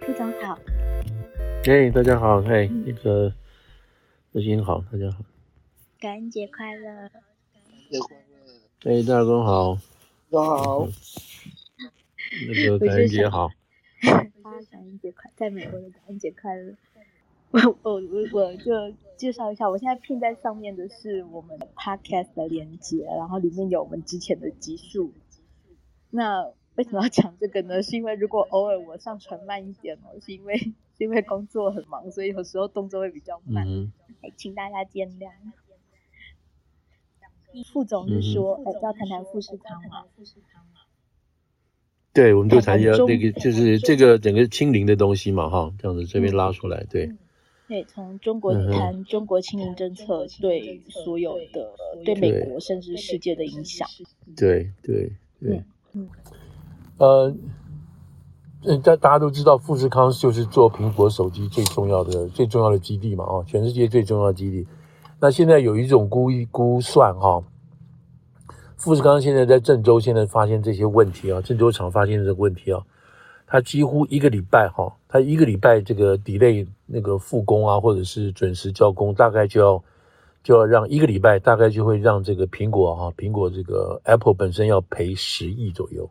副总好。 大家好，那个德兴好，大家好， 感恩节快乐！ 大公好， 大家好， 那个感恩节好。 感恩节快，在美国的感恩节快乐。我就介绍一下，我现在拼在上面的是我们 podcast 的连接，然后里面有我们之前的集数。那为什么要讲这个呢？是因为如果偶尔我上传慢一点是因为工作很忙，所以有时候动作会比较慢，请大家见谅。副总是说，要谈谈富士康嘛？ 对，我们就谈一下那个，就是这个整个清零的东西嘛，哈，这样子这边拉出来，对。 对，从中国谈中国清零政策对所有的对美国甚至世界的影响。 对。大家都知道富士康就是做苹果手机最重要的基地嘛，全世界最重要的基地。那现在有一种估算富士康现在在郑州现在发现这些问题郑州厂发现这个问题它几乎一个礼拜它一个礼拜这个 delay 那个复工或者是准时交工，大概就要让一个礼拜，大概就会让这个苹果这个 Apple 本身要赔10亿左右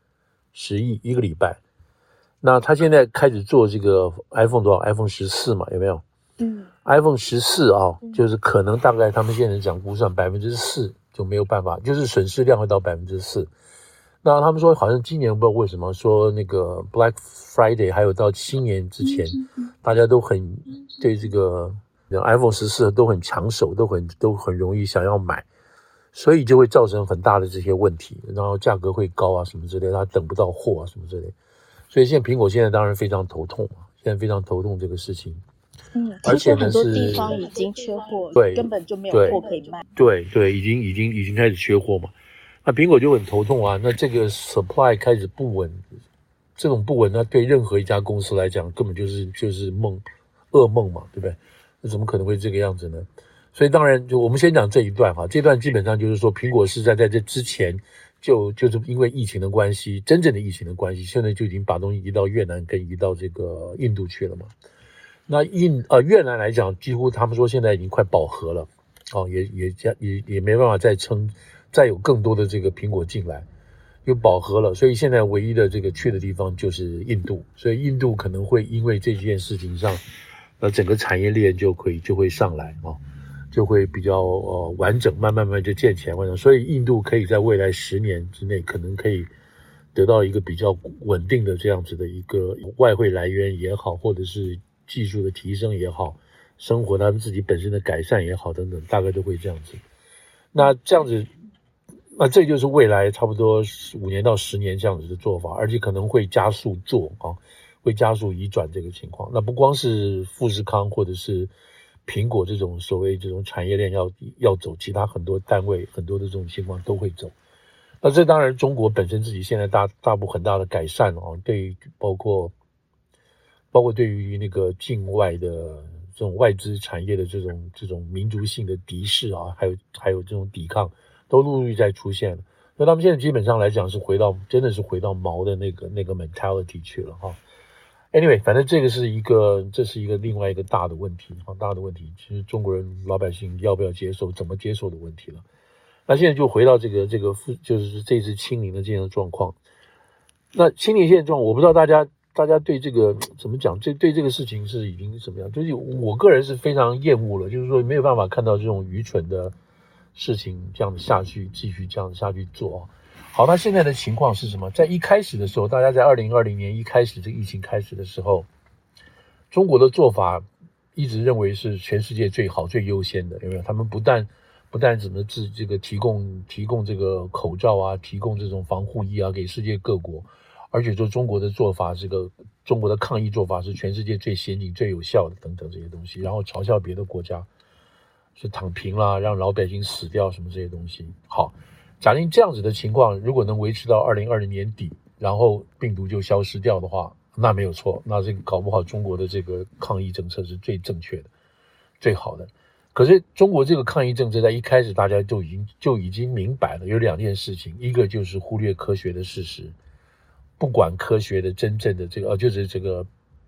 ，10亿一个礼拜。那他现在开始做这个 iPhone 多少 ？iPhone 14嘛，有没有？iPhone 14就是可能大概他们现在讲估算4%就没有办法，就是损失量会到4%。那他们说好像今年不知道为什么说那个 Black Friday 还有到新年之前，大家都很对这个 iPhone 14都很抢手，都很容易想要买，所以就会造成很大的这些问题，然后价格会高什么之类的，他等不到货什么之类的。所以现在苹果现在当然非常头痛现在非常头痛这个事情。而且呢很多地方已经缺货，根本就没有货可以卖。 对，已经开始缺货嘛。那苹果就很头痛那这个 supply 开始不稳，这种不稳那对任何一家公司来讲根本就是噩梦嘛，对不对？那怎么可能会这个样子呢？所以当然就我们先讲这一段这段基本上就是说苹果是在这之前就是因为疫情的关系，真正的疫情的关系，现在就已经把东西移到越南跟移到这个印度去了嘛。那越南来讲，几乎他们说现在已经快饱和了也没办法再有更多的这个苹果进来，又饱和了，所以现在唯一的这个去的地方就是印度，所以印度可能会因为这件事情上，整个产业链就会上来就会比较完整，慢慢就建起来完整，所以印度可以在未来10年之内可能可以得到一个比较稳定的这样子的一个外汇来源也好，或者是技术的提升也好，生活他们自己本身的改善也好等等，大概都会这样子。那这样子，那这就是未来差不多5年到10年这样子的做法，而且可能会加速会加速移转这个情况。那不光是富士康或者是苹果这种所谓这种产业链要走，其他很多单位很多的这种情况都会走。那这当然中国本身自己现在大部很大的改善对于包括对于那个境外的这种外资产业的这种民族性的敌视还有这种抵抗都陆续在出现了。那他们现在基本上来讲是真的是回到毛的那个 mentality 去了Anyway， 反正这是一个另外一个大的问题其实中国人老百姓要不要接受，怎么接受的问题了。那现在就回到这个就是这次清零的这样的状况。那清零现在状况，我不知道大家对这个怎么讲，对这个事情是已经什么样？就是我个人是非常厌恶了，就是说没有办法看到这种愚蠢的事情这样子下去，继续这样子下去做好，那现在的情况是什么？在一开始的时候，大家在2020年一开始这个疫情开始的时候，中国的做法一直认为是全世界最好最优先的，有没有？他们不但怎么这个提供这个口罩提供这种防护衣给世界各国，而且说中国的做法，这个中国的抗疫做法是全世界最先进最有效的等等这些东西，然后嘲笑别的国家是躺平啦，让老百姓死掉什么这些东西。好，假定这样子的情况如果能维持到2020年底，然后病毒就消失掉的话，那没有错，那这个搞不好中国的这个抗疫政策是最正确的最好的。可是中国这个抗疫政策在一开始大家就已经明白了，有2件事情，一个就是忽略科学的事实，不管科学的真正的这个就是这个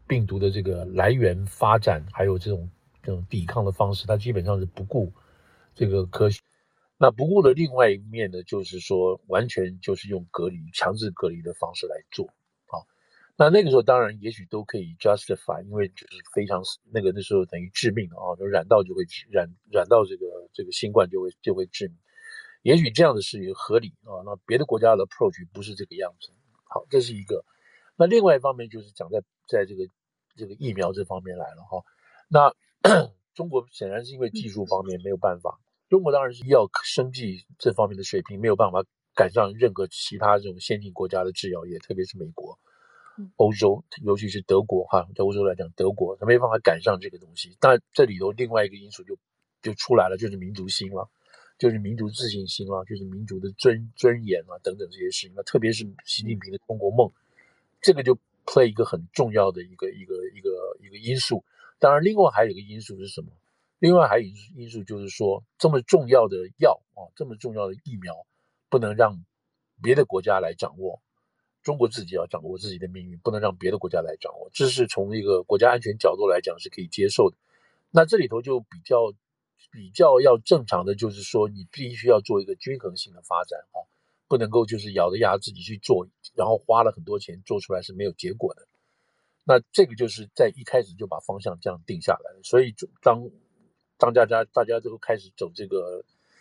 病毒的这个来源发展，还有这种抵抗的方式，它基本上是不顾这个科学。那不顾的另外一面呢，就是说完全就是用隔离、强制隔离的方式来做啊。那个时候当然也许都可以 justify， 因为就是非常那时候等于致命啊，染到就会染到这个新冠就会致命。也许这样的事也合理啊。那别的国家的 approach 不是这个样子。好，这是一个。那另外一方面就是讲在这个疫苗这方面来了哈。那中国显然是因为技术方面没有办法，中国当然是医药生技这方面的水平没有办法赶上任何其他这种先进国家的制药业，特别是美国、欧洲，尤其是德国哈，在欧洲来讲，德国它没办法赶上这个东西。但这里头另外一个因素就出来了，就是民族心了。就是民族自信心啊，就是民族的尊严啊等等这些事情。那特别是习近平的中国梦，这个就 play 一个很重要的一个因素。当然，另外还有一个因素是什么？另外还有一个因素就是说，这么重要的药啊，这么重要的疫苗，不能让别的国家来掌握。中国自己要掌握自己的命运，不能让别的国家来掌握。这是从一个国家安全角度来讲是可以接受的。那这里头就比较要正常的就是说，你必须要做一个均衡性的发展啊，不能够就是咬着牙自己去做，然后花了很多钱做出来是没有结果的。那这个就是在一开始就把方向这样定下来了。所以当大家都开始走这个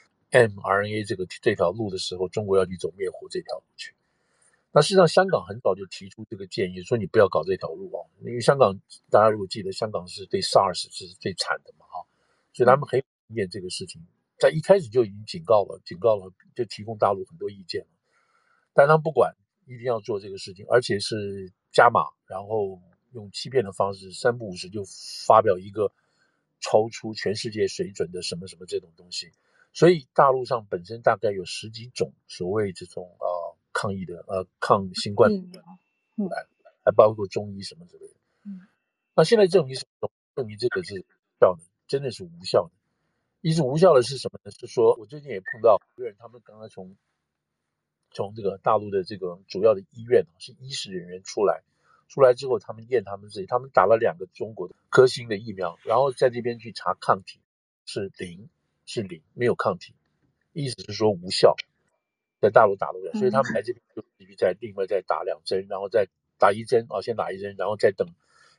mRNA 这条路的时候，中国要去走灭活这条路去。那事实上，香港很早就提出这个建议，说你不要搞这条路啊，因为香港大家如果记得，香港是对 SARS 是最惨的嘛，所以他们很有经验这个事情，在一开始就已经警告了，就提供大陆很多意见了，但他们不管，一定要做这个事情，而且是加码，然后用欺骗的方式，三不五时就发表一个超出全世界水准的什么什么这种东西，所以大陆上本身大概有10几种所谓这种抗疫的抗新冠疫苗， 还包括中医什么之类的。那现在证明这个是无效的，真的是无效的。一是无效的是什么呢？是说我最近也碰到有人，他们刚刚从这个大陆的这个主要的医院是医师人员出来之后，他们验他们自己，他们打了2个中国的科兴的疫苗，然后在这边去查抗体是零，没有抗体，意思是说无效，在大陆打了，所以他们来这边就必须另外再打2针，然后再打1针啊，先打1针，然后再等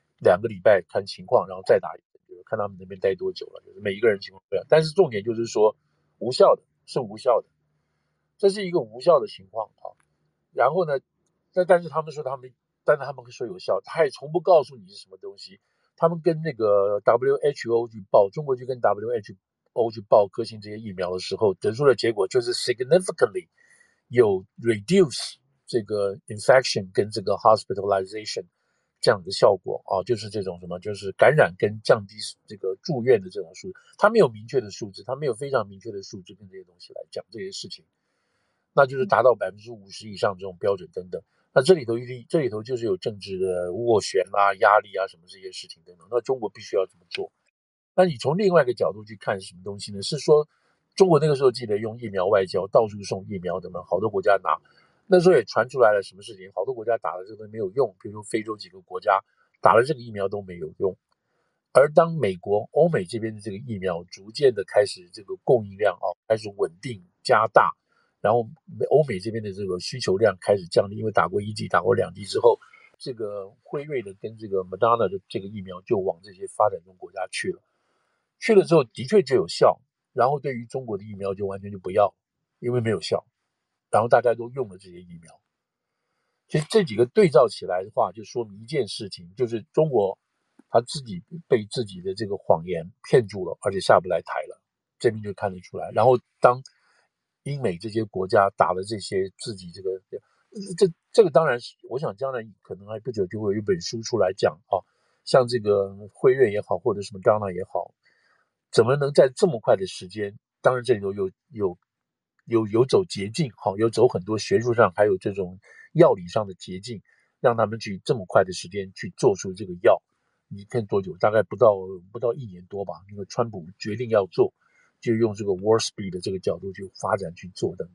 2个礼拜看情况，然后再打1针，就是看他们那边待多久了，就是每一个人情况不一样，但是重点就是说无效的，是无效的，这是一个无效的情况啊。然后呢，但是他们说但是他们会说有效，他也从不告诉你是什么东西。他们跟那个 WHO 去报，中国去跟 WHO 去报科兴这些疫苗的时候，得出的结果就是 significantly 有 reduce 这个 infection 跟这个 hospitalization 这样的效果啊，就是这种什么，就是感染跟降低这个住院的这种数字，他没有明确的数字，他没有非常明确的数字跟这些东西来讲这些事情。那就是达到50%以上这种标准等等。那这里头就是有政治的斡旋啊、压力啊什么这些事情等等。那中国必须要这么做。那你从另外一个角度去看是什么东西呢？是说中国那个时候记得用疫苗外交，到处送疫苗，怎么好多国家拿。那时候也传出来了什么事情，好多国家打了这个没有用，比如说非洲几个国家打了这个疫苗都没有用。而当美国、欧美这边的这个疫苗逐渐的开始这个供应量开始稳定加大，然后欧美这边的这个需求量开始降低，因为打过1剂、打过2剂之后，这个辉瑞的跟这个 Moderna 的这个疫苗就往这些发展中国家去了。去了之后的确就有效，然后对于中国的疫苗就完全就不要，因为没有效，然后大家都用了这些疫苗。其实这几个对照起来的话，就说明一件事情，就是中国他自己被自己的这个谎言骗住了，而且下不来台了，这边就看得出来。然后当英美这些国家打了这些自己这个当然是，我想将来可能还不久就会有一本书出来讲像这个辉瑞也好，或者什么张娜也好，怎么能在这么快的时间，当然这里头有走捷径，有走很多学术上还有这种药理上的捷径，让他们去这么快的时间去做出这个药。你看多久？大概不到1年多吧。因为川普决定要做，就用这个 Warp Speed 的这个角度去发展去做等等。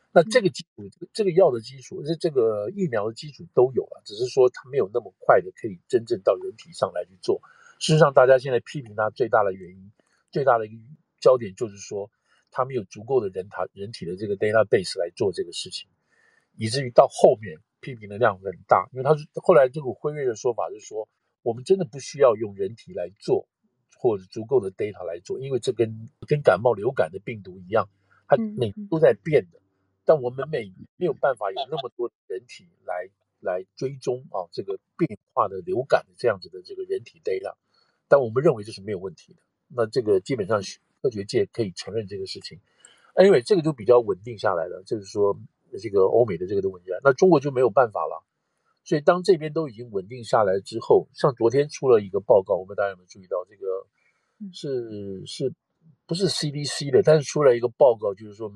那这个基础，这个药的基础，这个疫苗的基础都有了，只是说它没有那么快的可以真正到人体上来去做。事实上，大家现在批评它最大的原因，最大的一个焦点就是说，它没有足够的人体的这个 database 来做这个事情，以至于到后面批评的量很大。因为它是后来这个辉瑞的说法是说，我们真的不需要用人体来做，或者足够的 data 来做，因为这跟感冒流感的病毒一样，它每都在变的。但我们没有办法有那么多的人体来追踪这个变化的流感的这样子的这个人体 data，但我们认为这是没有问题的。那这个基本上科学界可以承认这个事情。Anyway， 这个就比较稳定下来了，就是说这个欧美的这个的稳定下来，那中国就没有办法了。所以当这边都已经稳定下来之后，像昨天出了一个报告，我们大家有没有注意到？这个是不是 CDC 的？但是出来一个报告，就是说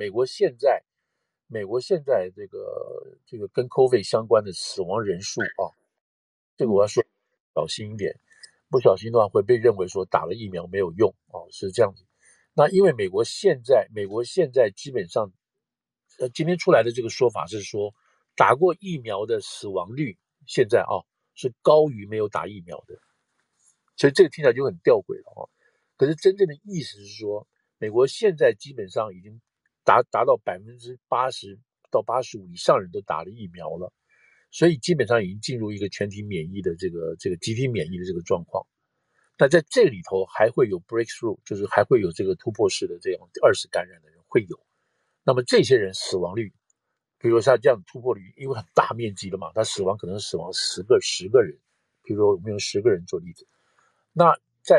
美国现在这个跟 COVID 相关的死亡人数这个我要说小心一点，不小心的话会被认为说打了疫苗没有用是这样子。那因为美国现在基本上，今天出来的这个说法是说，打过疫苗的死亡率现在是高于没有打疫苗的，所以这个听起来就很吊诡了。可是真正的意思是说，美国现在基本上已经达到80%到85%以上人都打了疫苗了，所以基本上已经进入一个全体免疫的这个集体免疫的这个状况。那在这里头还会有 breakthrough， 就是还会有这个突破式的这种二次感染的人会有。那么这些人死亡率，比如说像这样突破率，因为很大面积的嘛，他死亡可能死亡十个人，比如说我们用10个人做例子，那在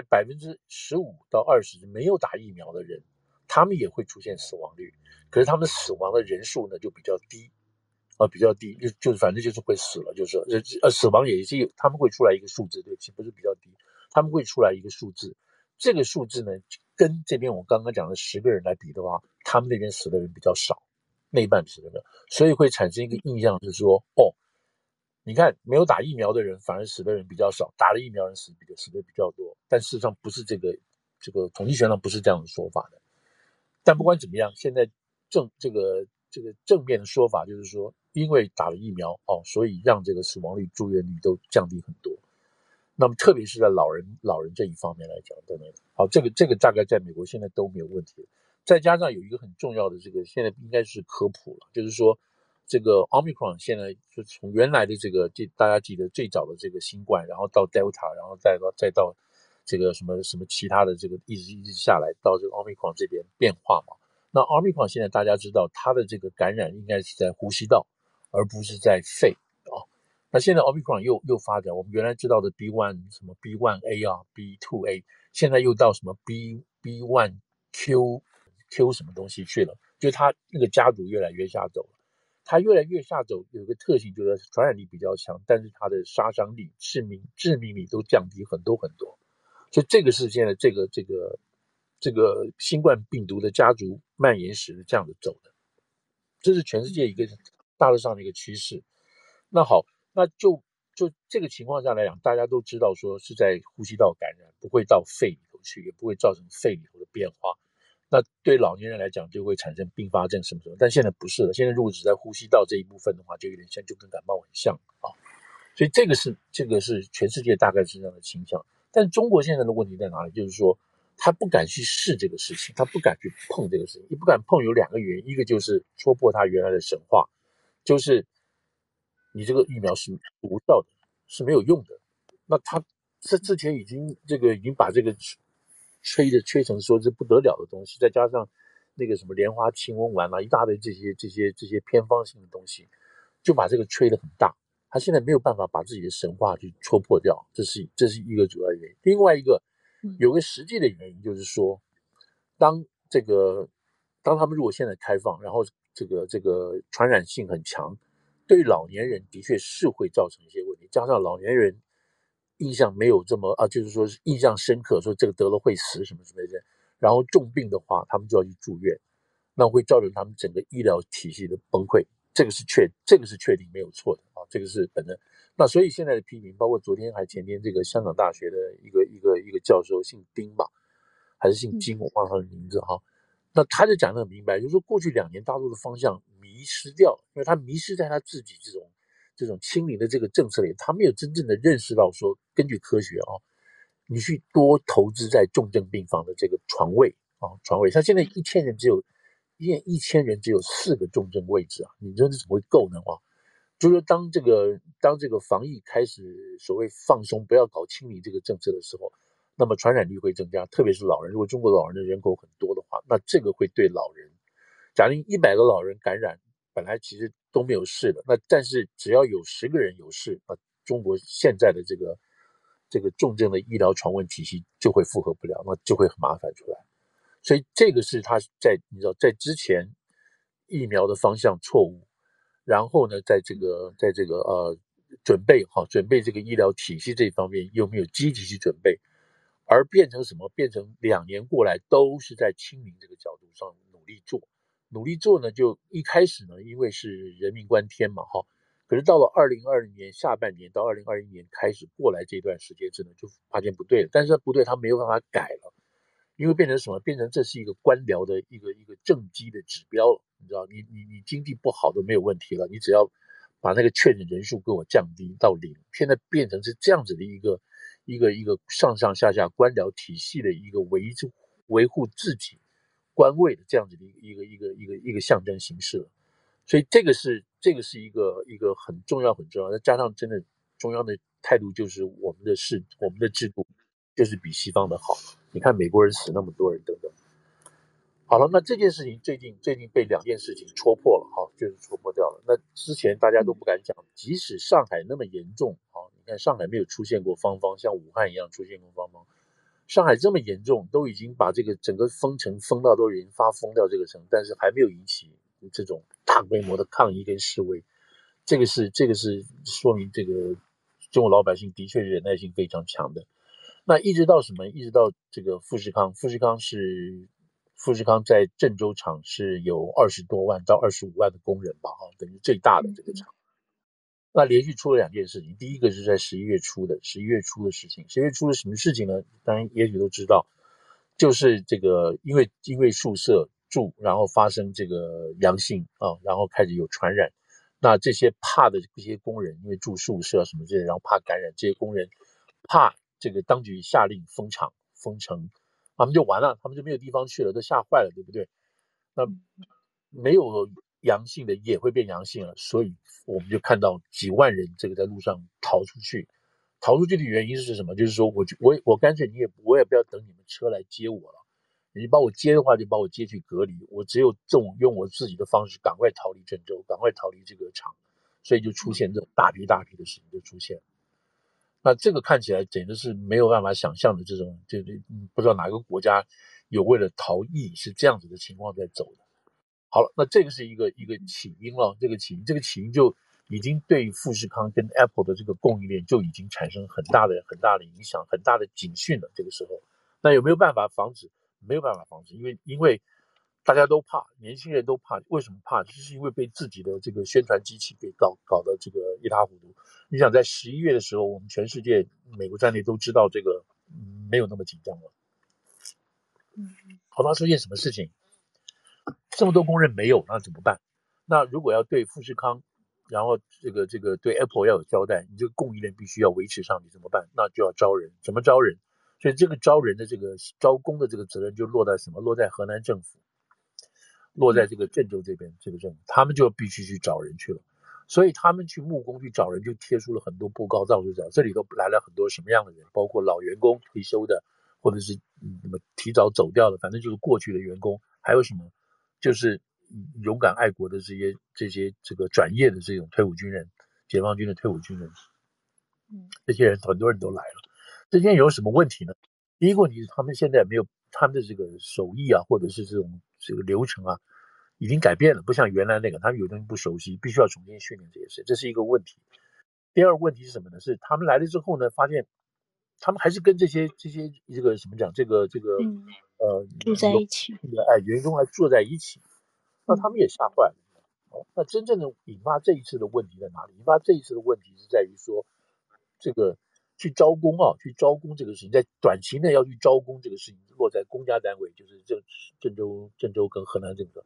15%到20%没有打疫苗的人，他们也会出现死亡率，可是他们死亡的人数呢就比较低。比较低，就是反正就是会死了，就是死亡也是他们会出来一个数字，对，不是比较低，他们会出来一个数字，这个数字呢跟这边我刚刚讲的10个人来比的话，他们那边死的人比较少，那一半死的人，所以会产生一个印象，就是说你看没有打疫苗的人反而死的人比较少，打了疫苗人死的比较多，但事实上不是这个统计学上不是这样的说法的。但不管怎么样，现在这个正面的说法就是说，因为打了疫苗所以让这个死亡率、住院率都降低很多。那么特别是在老人这一方面来讲，对不对？好，这个大概在美国现在都没有问题。再加上有一个很重要的现在应该是科普了，就是说这个 Omicron 现在就从原来的大家记得最早的这个新冠，然后到 Delta， 然后再到这个什么其他的这个一直下来到这个 Omicron 这边变化嘛。那 Omicron 现在大家知道它的这个感染应该是在呼吸道，而不是在肺那现在 Omicron 又发展，我们原来知道的 B1 什么 B1A B2A， 现在又到什么 B1Q 什么东西去了，就是它那个家族越来越下走了。它越来越下走，有一个特性就是传染力比较强，但是它的杀伤力、致命力都降低很多很多。所以这个是现在这个新冠病毒的家族蔓延史是这样子走的，这是全世界一个大致上的一个趋势。那好，那就这个情况下来讲，大家都知道说是在呼吸道感染，不会到肺里头去，也不会造成肺里头的变化。那对老年人来讲，就会产生并发症什么什么，但现在不是了。现在如果只在呼吸道这一部分的话，就有点像，就跟感冒很像所以这个是全世界大概是这样的倾向。但中国现在的问题在哪里？就是说他不敢去试这个事情，他不敢去碰这个事情。你不敢碰有2个原因，一个就是戳破他原来的神话，就是你这个疫苗是无效的，是没有用的。那他之前已经把这个吹成说是不得了的东西，再加上那个什么莲花清瘟丸一大堆这些偏方性的东西，就把这个吹得很大。他现在没有办法把自己的神话去戳破掉，这是一个主要原因。另外一个有个实际的原因就是说，当他们如果现在开放，然后这个传染性很强，对老年人的确是会造成一些问题，加上老年人印象没有这么就是说印象深刻，说这个得了会死什么之类的，然后重病的话，他们就要去住院，那会造成他们整个医疗体系的崩溃，这个是确定没有错的这个是本身。那所以现在的批评，包括昨天还前天这个香港大学的一个教授，姓丁吧，还是姓金，我忘了他的名字那他就讲得很明白，就是说过去2年大陆的方向迷失掉，因为他迷失在他自己这种清零的这个政策里，他没有真正的认识到说，根据科学你去多投资在重症病房的这个床位床位，像现在1000人只有4个重症位置你说这怎么会够呢就是说当这个防疫开始所谓放松，不要搞清零这个政策的时候，那么传染率会增加，特别是老人。如果中国老人的人口很多的话，那这个会对老人，假如100个老人感染，本来其实都没有事的，那但是只要有10个人有事，那中国现在的这个重症的医疗床位体系就会负荷不了，那就会很麻烦出来。所以这个是他你知道在之前疫苗的方向错误，然后呢，在这个准备这个医疗体系这方面又没有积极去准备，而变成什么？变成2年过来都是在清零这个角度上努力做呢，就一开始呢，因为是人命关天嘛可是到了2020年下半年到2021年开始过来这段时间之内，就发现不对了，但是不对，他没有办法改了。因为变成什么？变成这是一个官僚的一个政绩的指标了，你知道，你经济不好都没有问题了，你只要把那个确诊人数给我降低到0，现在变成是这样子的一个上上下下官僚体系的一个维护自己官位的这样子的一个象征形式了。所以这个是一个很重要很重要，再加上真的中央的态度就是我们的制度就是比西方的好。你看美国人死那么多人等等。好了，那这件事情最近被2件事情戳破了就是戳破掉了。那之前大家都不敢讲，即使上海那么严重你看上海没有出现过方方，像武汉一样出现过方方。上海这么严重，都已经把这个整个封城封到都已经发疯掉这个城，但是还没有引起这种大规模的抗议跟示威。这个是说明这个中国老百姓的确忍耐性非常强的。那一直到什么？一直到这个富士康在郑州厂是有20多万到25万的工人吧等于最大的这个厂。那连续出了2件事情，第一个是在11月初的事情。11月初的什么事情呢？当然也许都知道，就是这个因为宿舍住，然后发生这个阳性然后开始有传染。那这些怕的这些工人，因为住宿舍什么之类的，然后怕感染，这些工人怕这个当局下令封厂封城，他们就完了，他们就没有地方去了，都吓坏了，对不对？那没有阳性的也会变阳性了，所以我们就看到几万人这个在路上逃出去。逃出去的原因是什么？就是说我干脆我也不要等你们车来接我了，你把我接的话就把我接去隔离，我只有用我自己的方式赶快逃离郑州，赶快逃离这个厂，所以就出现这种大批的事情就出现。那这个看起来简直是没有办法想象的，这种不知道哪个国家有为了逃逸是这样子的情况在走的。好了，那这个是一个起因了，这个起因就已经对富士康跟 Apple 的这个供应链就已经产生很大的影响，很大的警讯了。这个时候，那有没有办法防止？没有办法防止，因为大家都怕，年轻人都怕。为什么怕？就是因为被自己的这个宣传机器给搞得这个一塌糊涂。你想在11月的时候，我们全世界美国在内都知道这个没有那么紧张了。好，那出现什么事情？这么多工人没有，那怎么办？那如果要对富士康，然后这个对 Apple 要有交代，你这个供应链必须要维持上，你怎么办？那就要招人，怎么招人？所以这个招人的这个招工的这个责任就落在什么？落在河南政府，落在这个郑州这边这个政府，他们就必须去找人去了。所以他们去木工去找人，就贴出了很多布告，到处找，这里头来了很多什么样的人，包括老员工退休的，或者是提早走掉的，反正就是过去的员工，还有什么就是勇敢爱国的这些这个转业的这种退伍军人，解放军的退伍军人，这些人很多人都来了。这些人有什么问题呢？第一个问题是他们现在没有他们的这个手艺或者是这个流程已经改变了，不像原来那个他们有东西不熟悉，必须要重新训练这些事，这是一个问题。第二个问题是什么呢？是他们来了之后呢，发现他们还是跟这些这个怎么讲， 住在一起， 员工还住在一起，那他们也吓坏了。那真正的引发这一次的问题在哪里？引发这一次的问题是在于说，这个去招工这个事情，在短期内要去招工这个事情，落在公家单位，就是郑州跟河南这个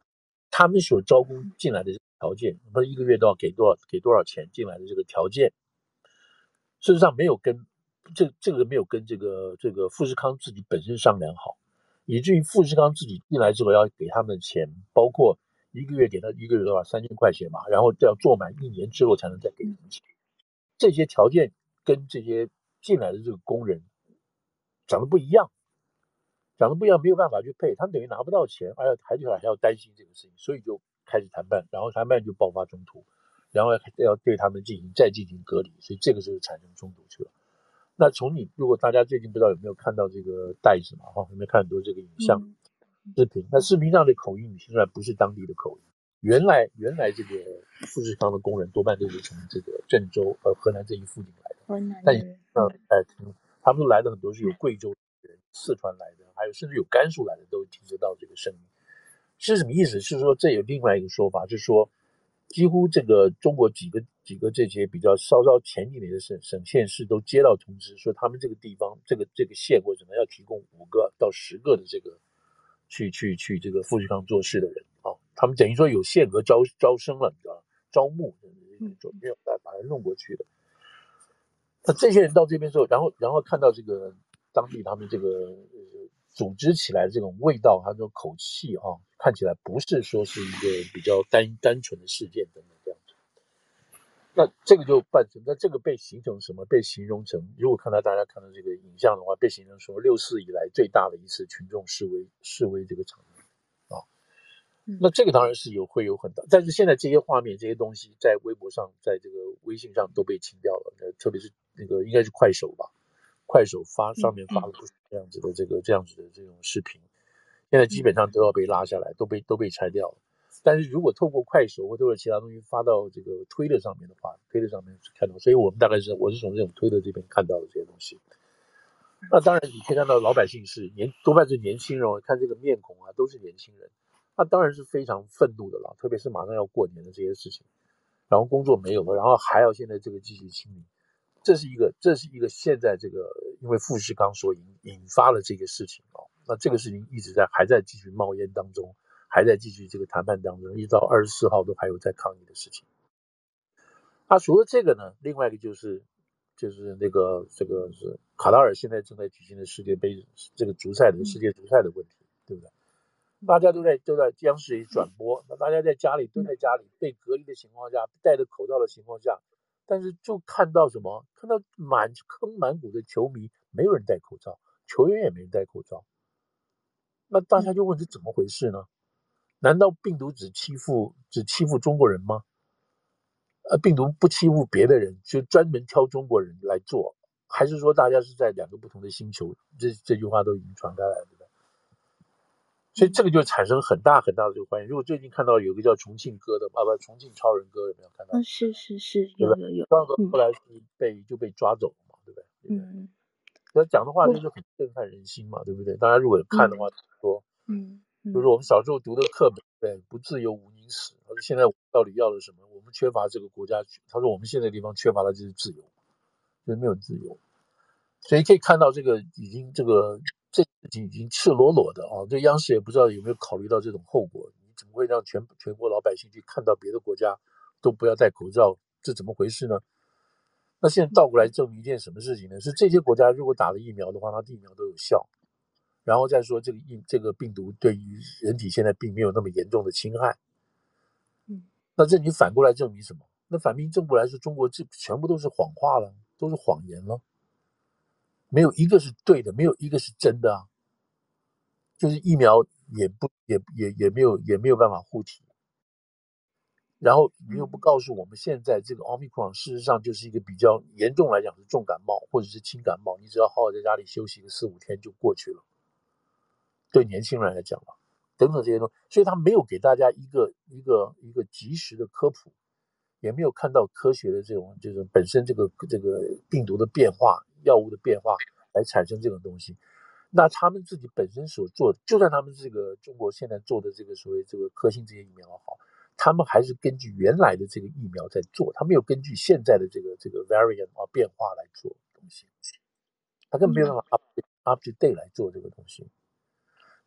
他们所招工进来的条件，不是一个月都要给多少钱进来的这个条件，事实上没有跟这个没有跟这个富士康自己本身商量好，以至于富士康自己进来之后要给他们的钱，包括一个月给他一个月多少3000块钱嘛，然后要做满1年之后才能再给他们钱。这些条件跟这些进来的这个工人长得不一样，没有办法去配，他们等于拿不到钱，还要担心这个事情，所以就开始谈判，然后谈判就爆发冲突，然后要对他们再进行隔离，所以这个时候产生冲突去了。那如果大家最近不知道有没有看到这个袋子嘛，有没有看很多这个影像、视频？那视频上的口音现在不是当地的口音，原来这个富士康的工人多半都是从这个郑州河南这一附近来的，但他们来的很多是有贵州人、四川来的，还有甚至有甘肃来的，都听得到这个声音。是什么意思？是说这有另外一个说法，就是说几乎这个中国几个这些比较稍稍前几年的省县市都接到通知，说他们这个地方这个县或者什么要提供5个到10个的这个去这个富士康做事的人啊，他们等于说有限额招生了，你知道吗？招募没有把人弄过去的。那这些人到这边之后，然后看到这个当地他们这个组织起来的这种味道，还有这种口气啊，看起来不是说是一个比较单纯的事件等等这样子。那这个就伴成，那这个被形成什么？被形容成，如果大家看到这个影像的话，被形容说6·4以来最大的一次群众示威这个场面啊。那这个当然是会有很大，但是现在这些画面这些东西在微博上，在这个微信上都被清掉了，特别是那个应该是快手吧，快手上面发了不少这样子的这种视频，现在基本上都要被拉下来，都被拆掉了。但是如果透过快手或透过其他东西发到这个推特上面的话，推特上面看到，所以我们我是从这种推特这边看到的这些东西。那当然你可以看到老百姓多半是年轻人，看这个面孔啊都是年轻人，那当然是非常愤怒的了，特别是马上要过年的这些事情，然后工作没有了，然后还要现在这个继续清理，这是一个现在这个因为富士康所引发的这个事情哦，那这个事情还在继续冒烟当中，还在继续这个谈判当中，一直到24号都还有在抗议的事情。那除了这个呢，另外一个就是那个这个是卡塔尔现在正在举行的世界杯这个世界足赛的问题，对不对？大家都在央视里转播，那大家在家里蹲在家里被隔离的情况下，戴着口罩的情况下，但是就看到什么？看到满坑满谷的球迷，没有人戴口罩，球员也没人戴口罩。那大家就问这怎么回事呢？难道病毒只欺负中国人吗？病毒不欺负别的人，就专门挑中国人来做，还是说大家是在2个不同的星球？这句话都已经传开来了，对吧？所以这个就产生很大很大的这个关系。如果最近看到有个叫重庆哥的重庆超人哥有没有看到？ 是，有。 超人哥后来就被抓走了嘛，对不对？他讲的话就是很震撼人心嘛，对不对？大家如果看的话，就是我们小时候读的课本，对，不自由无宁死。他说现在我们到底要的什么？我们缺乏这个国家。他说我们现在的地方缺乏的就是自由，就是没有自由。所以可以看到这个已经赤裸裸的啊，这央视也不知道有没有考虑到这种后果。你怎么会让全国老百姓去看到别的国家都不要戴口罩？这怎么回事呢？那现在倒过来证明一件什么事情呢？是这些国家如果打了疫苗的话，它的疫苗都有效。然后再说这个病毒对于人体现在并没有那么严重的侵害。那这你反过来证明什么？那反面证过来是中国这全部都是谎话了，都是谎言了，没有一个是对的，没有一个是真的啊。就是疫苗也没有办法护体。然后你又不告诉我们，现在这个 Omicron 事实上就是一个比较严重来讲是重感冒或者是轻感冒，你只要好好在家里休息个4-5天就过去了。对年轻人来讲嘛，等等这些东西，所以他没有给大家一个及时的科普，也没有看到科学的这种本身这个病毒的变化、药物的变化来产生这种东西。那他们自己本身所做的，就算他们这个中国现在做的这个所谓这个科兴这些疫苗好，他们还是根据原来的这个疫苗在做，他没有根据现在的这个 variant 变化来做东西，他根本没有办法 up to date 来做这个东西。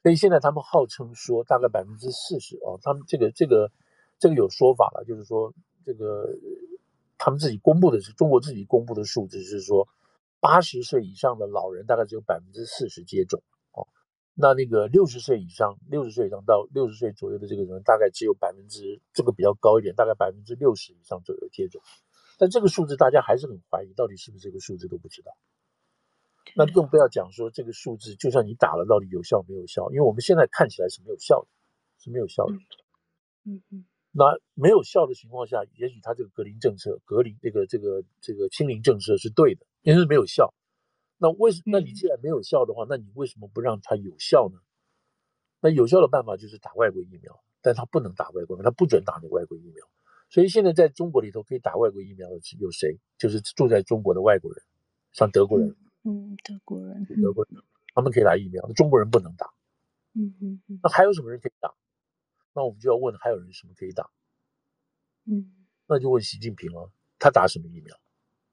所以现在他们号称说大概40%哦，他们这个有说法了，就是说这个他们自己公布的是中国自己公布的数字是说，80岁以上的老人大概只有40%接种哦，那个60岁以上到60岁左右的这个人大概只有这个比较高一点，大概60%以上左右接种，但这个数字大家还是很怀疑，到底是不是这个数字都不知道。那更不要讲说这个数字，就算你打了，到底有效没有效？因为我们现在看起来是没有效的，是没有效的。那没有效的情况下，也许他这个隔离政策、这个清零政策是对的，因为没有效。那你既然没有效的话，那你为什么不让它有效呢？那有效的办法就是打外国疫苗，但他不能打外国疫苗，他不准打那外国疫苗。所以现在在中国里头可以打外国疫苗的有谁？就是住在中国的外国人，像德国人。 德国人， 他们可以打疫苗，中国人不能打。那还有什么人可以打？那我们就要问，还有人什么可以打？那就问习近平了，他打什么疫苗？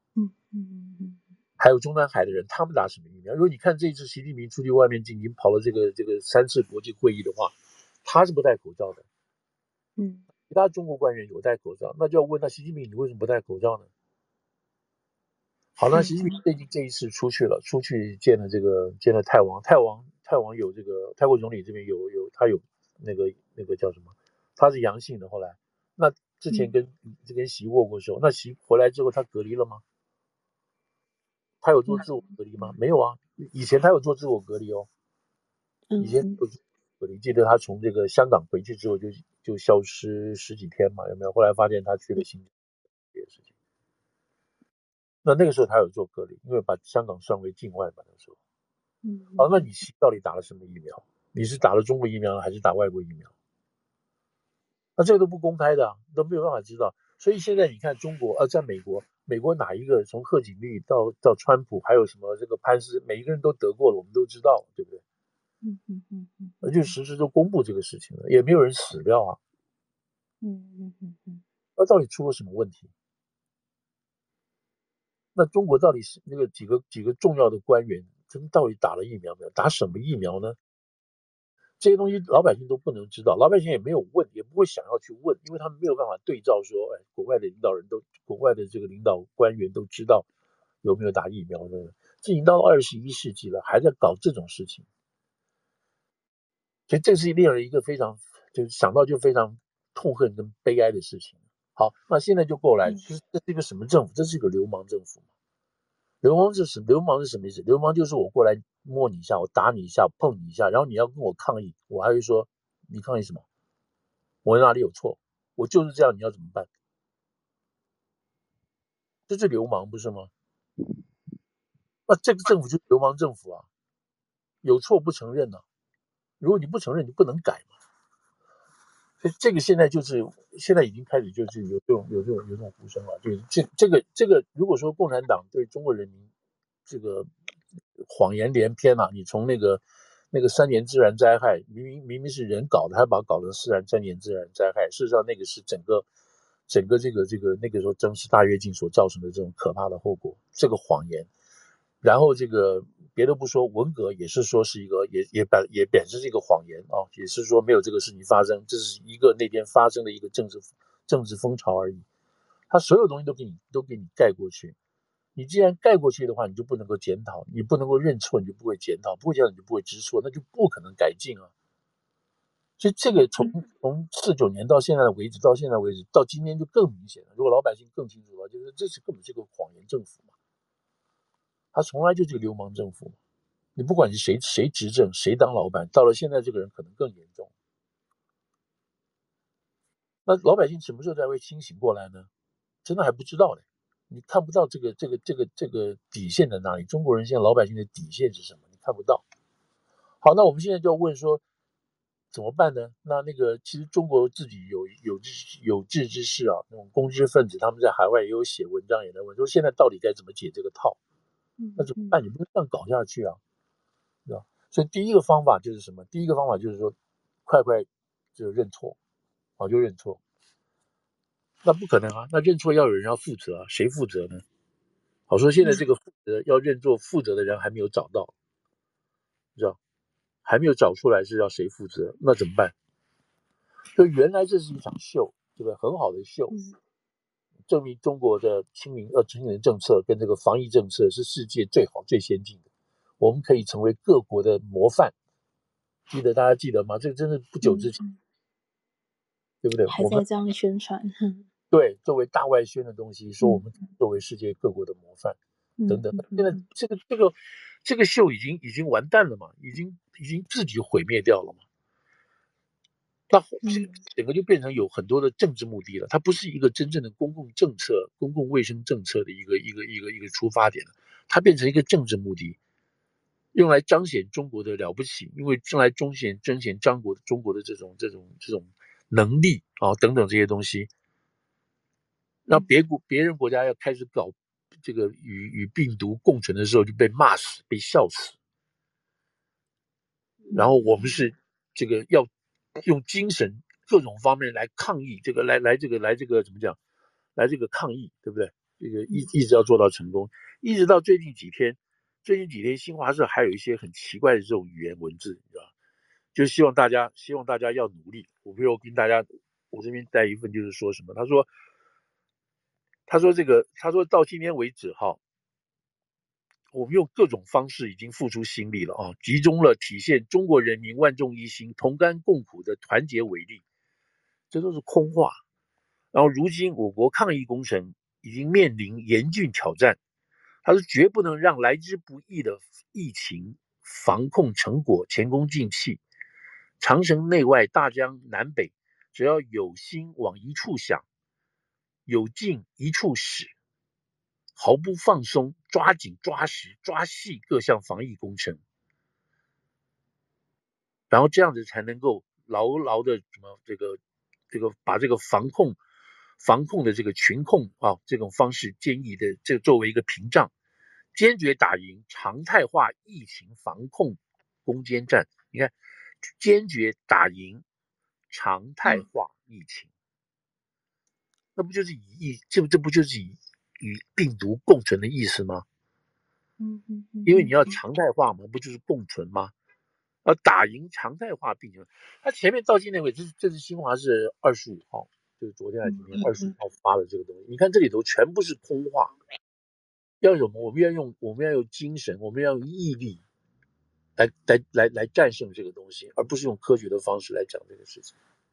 还有中南海的人，他们打什么疫苗？如果你看这一次习近平出去外面进行跑了这个3次国际会议的话，他是不戴口罩的。其他中国官员有戴口罩，那就要问，那习近平你为什么不戴口罩呢？好，那习近平最近这一次出去见了泰王，泰王有这个泰国总理这边他有那个叫什么？他是阳性的，后来那之前跟习握过手，那习回来之后他隔离了吗？他有做自我隔离吗？没有啊，以前他有做自我隔离哦，以前有做隔离，记得他从这个香港回去之后就消失10几天嘛，有没有？后来发现他去了新疆这件事情。那个时候他有做隔离，因为把香港算为境外嘛，那时候。好，那你到底打了什么疫苗？你是打了中国疫苗还是打外国疫苗？那这个都不公开的，都没有办法知道。所以现在你看中国，在美国哪一个从贺锦丽到川普，还有什么这个潘斯，每一个人都得过了，我们都知道，对不对？而且实时都公布这个事情了，也没有人死掉啊。那到底出了什么问题？那中国到底是那个几个重要的官员，他们到底打了疫苗没有？打什么疫苗呢？这些东西老百姓都不能知道，老百姓也没有问，也不会想要去问，因为他们没有办法对照说，国外的这个领导官员都知道有没有打疫苗呢？这已经到了21世纪了，还在搞这种事情，所以这是令人一个非常就是想到就非常痛恨跟悲哀的事情。好，那现在就过来，就是这是一个什么政府？这是一个流氓政府。流氓是什么意思？流氓就是我过来摸你一下，我打你一下，碰你一下，然后你要跟我抗议，我还会说你抗议什么？我哪里有错？我就是这样，你要怎么办？这是流氓不是吗？那这个政府就是流氓政府啊，有错不承认啊，如果你不承认，你不能改嘛。所以这个现在已经开始就是有这种呼声了，就是这个，如果说共产党对中国人民这个谎言连篇啊，你从那个3年自然灾害，明明是人搞的，还把它搞成3年自然灾害，事实上那个是整个那个时候真是大跃进所造成的这种可怕的后果，这个谎言。然后这个别的不说，文革也是说是一个也本身是一个谎言啊，也是说没有这个事情发生，这是一个那边发生的一个政治风潮而已。他所有东西都给你盖过去，你既然盖过去的话，你就不能够检讨，你不能够认错，你就不会检讨，不会检讨你就不会知错，那就不可能改进啊。所以这个从49年到现在为止，到今天就更明显了。如果老百姓更清楚的话，就是这是根本是个谎言政府嘛。他从来就是个流氓政府，你不管是谁执政，谁当老板，到了现在这个人可能更严重。那老百姓什么时候才会清醒过来呢？真的还不知道呢。你看不到这个底线在哪里？中国人现在老百姓的底线是什么？你看不到。好，那我们现在就要问说，怎么办呢？那个其实中国自己有志之士啊，那种公知分子，他们在海外也有写文章，也在问说，现在到底该怎么解这个套？那怎么办？你不能这样搞下去啊，是吧？所以第一个方法就是什么？第一个方法就是说，快就认错，就认错。那不可能啊，那认错要有人要负责啊，谁负责呢？好说现在这个要认错负责的人还没有找到，知道？ 还没有找出来是要谁负责，那怎么办？就原来这是一场秀，对不对？很好的秀，证明中国的清零政策跟这个防疫政策是世界最好最先进的，我们可以成为各国的模范。大家记得吗？这个真的不久之前，对不对？ 还在这样宣传。 对，作为大外宣的东西，说我们作为世界各国的模范，等等。现在这个秀已经完蛋了嘛，已经自己毁灭掉了嘛。那整个就变成有很多的政治目的了，它不是一个真正的公共政策、公共卫生政策的一个出发点了，它变成一个政治目的，用来彰显中国的了不起，因为用来彰显中国的这种能力啊等等这些东西。那别人国家要开始搞这个与病毒共存的时候，就被骂死、被笑死。然后我们是这个要用精神各种方面来抗议，这个怎么讲？来这个抗议，对不对？这个一直要做到成功，一直到最近几天，新华社还有一些很奇怪的这种语言文字，你知道吧？就希望大家要努力。我跟大家，我这边带一份，就是说什么？他说到今天为止哈，我们用各种方式已经付出心力了啊，集中了体现中国人民万众一心、同甘共苦的团结伟力，这都是空话。然后如今我国抗疫工程已经面临严峻挑战，他说绝不能让来之不易的疫情防控成果前功尽弃。长城内外、大江南北，只要有心往一处想，有劲一处使，毫不放松，抓紧抓实抓细各项防疫工程，然后这样子才能够牢牢的把这个防控的这个群控啊这种方式坚毅的作为一个屏障，坚决打赢常态化疫情防控攻坚战。你看，坚决打赢常态化疫情，那不就是这不就是与病毒共存的意思吗？因为你要常态化嘛，不就是共存吗？打赢常态化病情。他前面到今天为止，这次新华是25号，就是昨天还是今天25号发的这个东西。你看这里头全部是空话，要什么？我们要用精神，我们要用毅力来战胜这个东西，而不是用科学的方式来讲这个事情。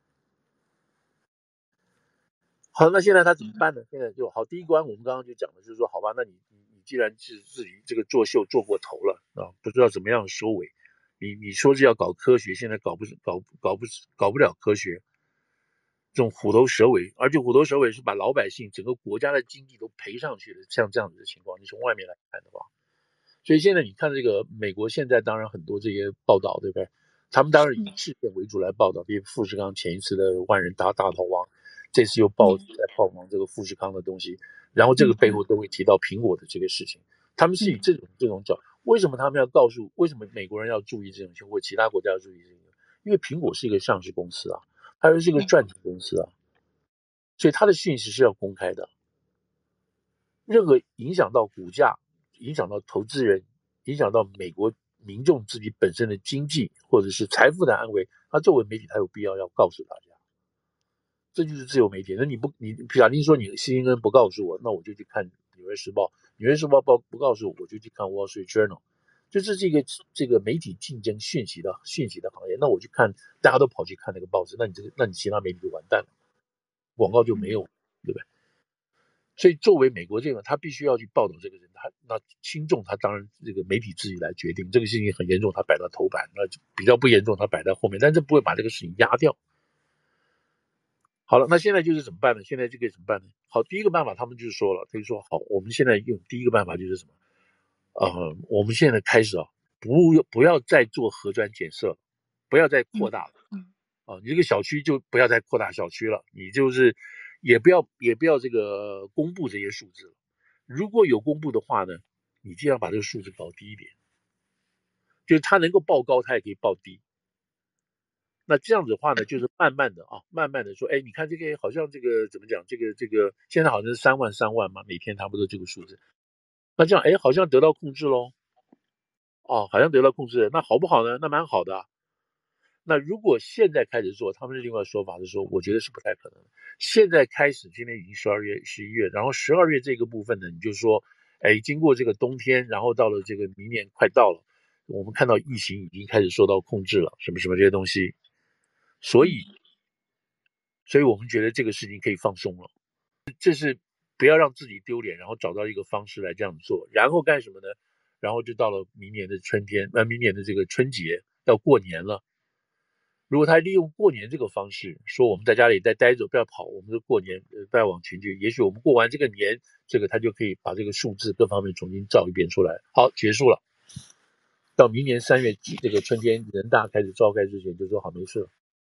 好，那现在他怎么办呢？现在就好，第一关我们刚刚就讲了，就是说，好吧，那你既然是自己这个作秀做过头了啊，不知道怎么样收尾。你说是要搞科学，现在搞不了科学，这种虎头蛇尾，而且虎头蛇尾是把老百姓整个国家的经济都赔上去的，像这样子的情况，你从外面来看的话，所以现在你看这个美国现在当然很多这些报道，对不对？他们当然以事件为主来报道，比如富士康前一次的万人大逃亡，这次又在曝光这个富士康的东西，然后这个背后都会提到苹果的这个事情，他们是以这种角，为什么他们要为什么美国人要注意这种情况，或其他国家要注意这个？因为苹果是一个上市公司啊，它又是一个赚钱公司啊，所以它的讯息是要公开的，任何影响到股价、影响到投资人、影响到美国民众自己本身的经济或者是财富的安危，他作为媒体，他有必要告诉大家，这就是自由媒体。那你假定说你 CNN 不告诉我，那我就去看纽约时报，纽约时报不告诉我，我就去看 Wall Street Journal。就这是一个这个媒体竞争讯息的行业，那我去看，大家都跑去看那个报纸，那你其他媒体就完蛋了，广告就没有，对不对？所以作为美国这个，他必须要去报道这个人，那轻重他当然这个媒体自己来决定，这个事情很严重，他摆到头版，那比较不严重，他摆在后面，但是不会把这个事情压掉。好了，那现在就是怎么办呢？现在这个怎么办呢？好，第一个办法他们就是说了，他就说好，我们现在用第一个办法就是什么？我们现在开始不要再做核酸检测，不要再扩大了。你这个小区就不要再扩大小区了，你就是也不要这个公布这些数字了。如果有公布的话呢，你尽量把这个数字搞低一点，就是它能够报高，它也可以报低。那这样子的话呢，就是慢慢的说，哎，你看这个好像这个怎么讲，这个现在好像是3万嘛，每天差不多这个数字。那这样，哎，好像得到控制咯。好像得到控制，那好不好呢？那蛮好的。 那如果现在开始做，他们是另外说法是说，我觉得是不太可能的。现在开始，今天已经12月、11月，然后12月这个部分呢，你就说，哎，经过这个冬天，然后到了这个明年快到了，我们看到疫情已经开始受到控制了，什么什么这些东西，所以，所以我们觉得这个事情可以放松了。这是不要让自己丢脸，然后找到一个方式来这样做，然后干什么呢？然后就到了明年的春天，明年的这个春节要过年了。如果他利用过年这个方式，说我们在家里再待着，不要跑，我们就过年拜往群聚，也许我们过完这个年，这个他就可以把这个数字各方面重新造一遍出来。好，结束了。到明年3月这个春天人大开始召开之前，就说好没事了。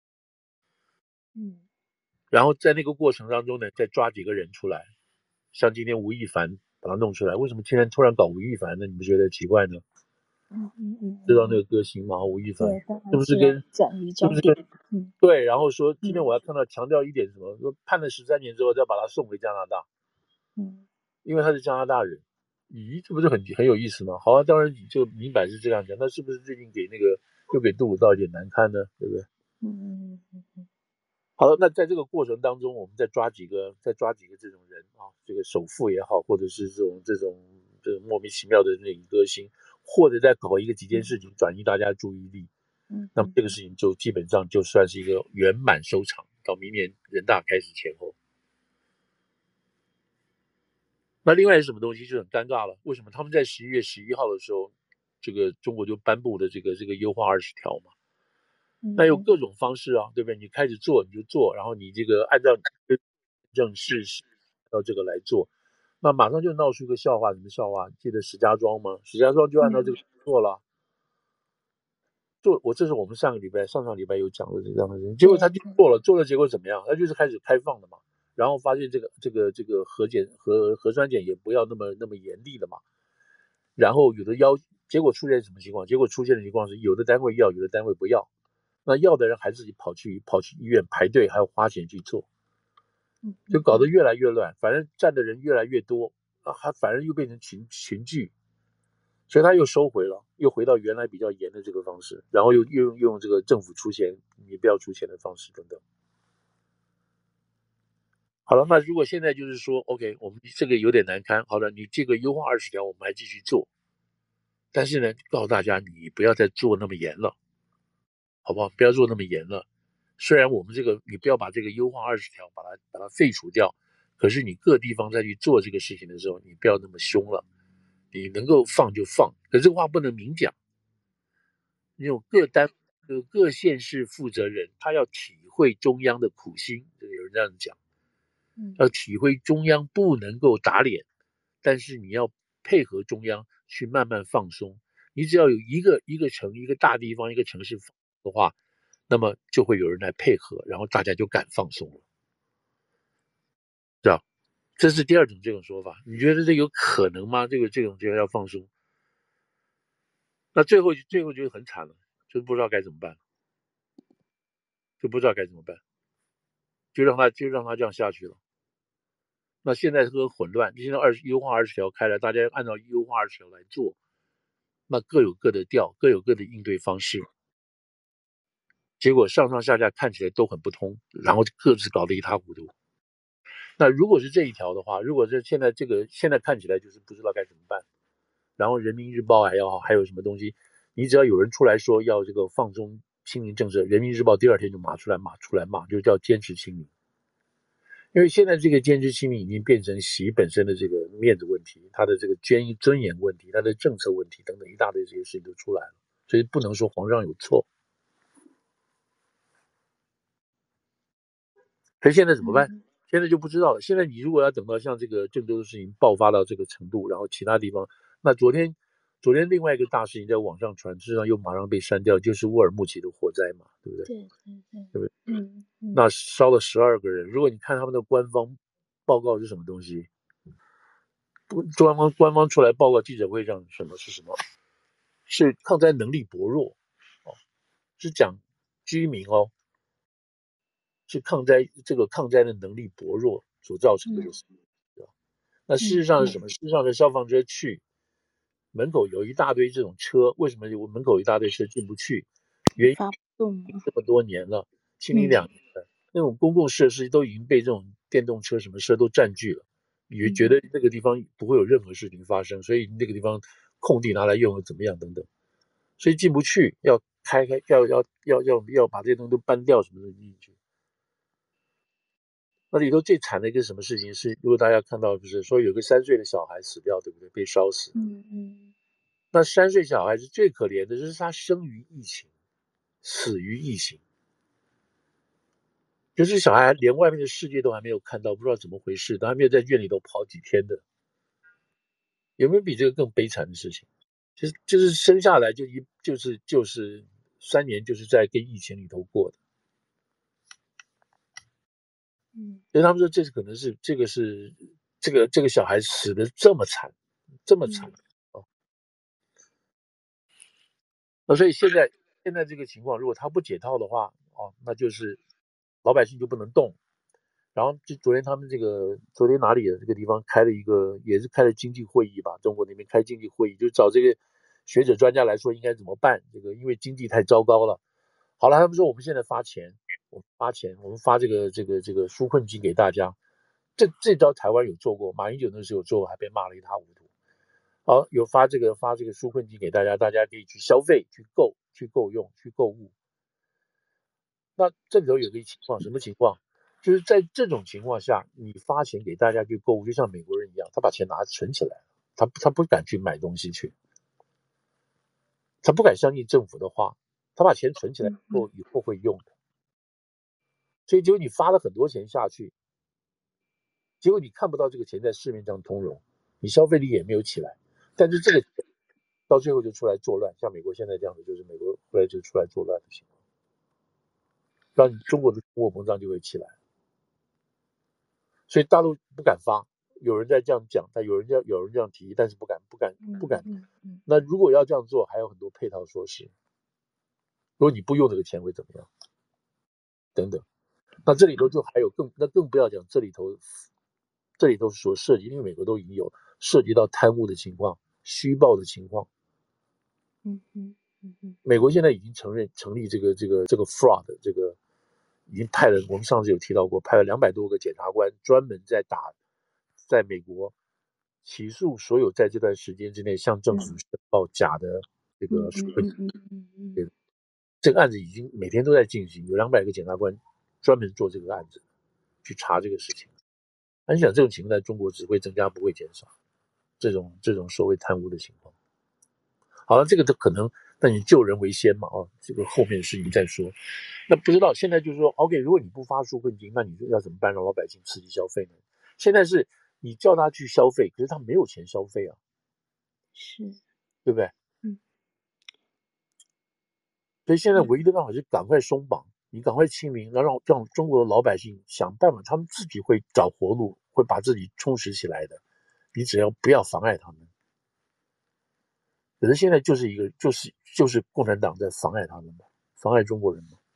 然后在那个过程当中呢，再抓几个人出来，像今天吴亦凡把他弄出来，为什么今天突然搞吴亦凡呢？你不觉得奇怪呢？知道那个歌星吗？吴亦凡是不是跟对？然后说今天我要看到强调一点什么？说判了13年之后再把他送回加拿大，因为他是加拿大人。咦，这不是很有意思吗？好啊，当然你就明摆是这样讲，那是不是最近给那个又给杜鲁道一点难堪呢？对不对？好了，那在这个过程当中，我们再抓几个这种人啊，这个首富也好，或者是这种莫名其妙的那个歌星，或者再搞几件事情转移大家注意力，那么这个事情就基本上就算是一个圆满收场，到明年人大开始前后。那另外是什么东西就很尴尬了？为什么他们在11月11号的时候，这个中国就颁布了这个优化20条嘛？那有各种方式啊，对不对？你开始做你就做，然后你这个按照正式到这个来做，那马上就闹出一个笑话，什么笑话？记得石家庄吗？石家庄就按照这个做了。这是我们上上礼拜有讲的这样的事情，结果他就做了，结果怎么样？他就是开始开放的嘛，然后发现这个核酸检也不要那么严厉了嘛，然后结果出现什么情况？结果出现的情况是有的单位要，有的单位不要，那要的人还自己跑去医院排队，还要花钱去做，就搞得越来越乱，反正站的人越来越多，反正又变成群聚。所以他又收回了，又回到原来比较严的这个方式，然后又用这个政府出钱，你不要出钱的方式等等。好了，那如果现在就是说 ，OK， 我们这个有点难堪，好了，你这个优化20条我们还继续做，但是呢，告诉大家你不要再做那么严了，好不好？不要做那么严了。虽然我们这个你不要把这个优化20条把它废除掉，可是你各地方再去做这个事情的时候，你不要那么凶了。你能够放就放，可这个话不能明讲。你有各县市负责人，他要体会中央的苦心，有人这样讲，要体会中央不能够打脸，但是你要配合中央去慢慢放松。你只要有一个大地方一个城市的话，那么就会有人来配合，然后大家就敢放松了，知道？这是第二种这种说法，你觉得这有可能吗？这种觉得要放松，那最后就很惨了，就不知道该怎么办，就不知道该怎么办，就让他这样下去了。那现在是个混乱，现在优化20条开了，大家按照优化20条来做，那各有各的调，各有各的应对方式，结果上上下下看起来都很不通，然后各自搞得一塌糊涂。那如果是这一条的话，如果是现在看起来就是不知道该怎么办，然后人民日报还有什么东西，你只要有人出来说要这个放松清零政策，人民日报第二天就骂出来，就叫坚持清零。因为现在这个坚持清零已经变成习本身的这个面子问题，他的这个尊严问题，他的政策问题等等一大堆这些事情都出来了，所以不能说皇上有错。可是现在怎么办？现在就不知道了。现在你如果要等到像这个郑州的事情爆发到这个程度，然后其他地方，那昨天另外一个大事情在网上传，事实上又马上被删掉，就是乌尔木齐的火灾嘛，对不对？对不对？那烧了12个人。如果你看他们的官方报告是什么东西，官方出来报告记者会上什么是什么？是抗灾能力薄弱，是讲居民是抗灾的能力薄弱所造成的事情。那事实上是什么？事实上是消防车去门口有一大堆这种车，为什么门口有一大堆车进不去？原因动， 这么多年了，清零2年了，那种公共设施都已经被这种电动车什么车都占据了，你就觉得那个地方不会有任何事情发生，所以那个地方空地拿来用怎么样等等，所以进不去，要开要把这些东西都搬掉什么的进去。那里头最惨的一个什么事情是，如果大家看到就是说有个3岁的小孩死掉，对不对？被烧死。那3岁小孩是最可怜的，就是他生于疫情，死于疫情。就是小孩连外面的世界都还没有看到，不知道怎么回事，都还没有在院里头跑几天的，有没有比这个更悲惨的事情？就是生下来就是3年就是在跟疫情里头过的。所以他们说可能是这个小孩死的这么惨，这么惨哦。那所以现在这个情况，如果他不解套的话，哦，那就是老百姓就不能动。然后就昨天他们昨天哪里的这个地方开了也是开了经济会议吧，中国那边开经济会议，就找这个学者专家来说应该怎么办。因为经济太糟糕了。好了，他们说我们现在发钱，我们发这个纾困金给大家。这招台湾有做过，马英九那时候有做过，还被骂了一塌糊涂。好，有发这个纾困金给大家，大家可以去消费、去购用、去购物。那这里头有个情况，什么情况？就是在这种情况下，你发钱给大家去购物，就像美国人一样，他把钱存起来，他不敢去买东西去，他不敢相信政府的话，他把钱存起来以后会用的。所以结果你发了很多钱下去，结果你看不到这个钱在市面上通融，你消费力也没有起来，但是这个到最后就出来作乱，像美国现在这样子，就是美国后来就出来作乱的情况，让你中国的通货膨胀就会起来。所以大陆不敢发，有人在这样讲，但有人这样提议，但是不敢。那如果要这样做，还有很多配套措施。如果你不用这个钱会怎么样？等等。那这里头就还有更不要讲这里头所涉及，因为美国都已经有涉及到贪污的情况、虚报的情况。美国现在已经成立这个 fraud 已经派了，我们上次有提到过，派了200多个检察官，专门在美国起诉所有在这段时间之内向政府申报假的这个纾困金。这个案子已经每天都在进行，有200个检察官专门做这个案子，去查这个事情。那你想，这种情况在中国只会增加不会减少，这种所谓贪污的情况。好了，这个都可能，那你救人为先嘛，这个后面的事情再说。那不知道现在就是说 ，OK， 如果你不发纾困金，那你要怎么办让老百姓刺激消费呢？现在是你叫他去消费，可是他没有钱消费啊， 是， 对不对？所以现在唯一的办法是赶快松绑，你赶快清零，让中国的老百姓想办法，他们自己会找活路，会把自己充实起来的。你只要不要妨碍他们。可是现在就是共产党在妨碍他们嘛，妨碍中国人嘛。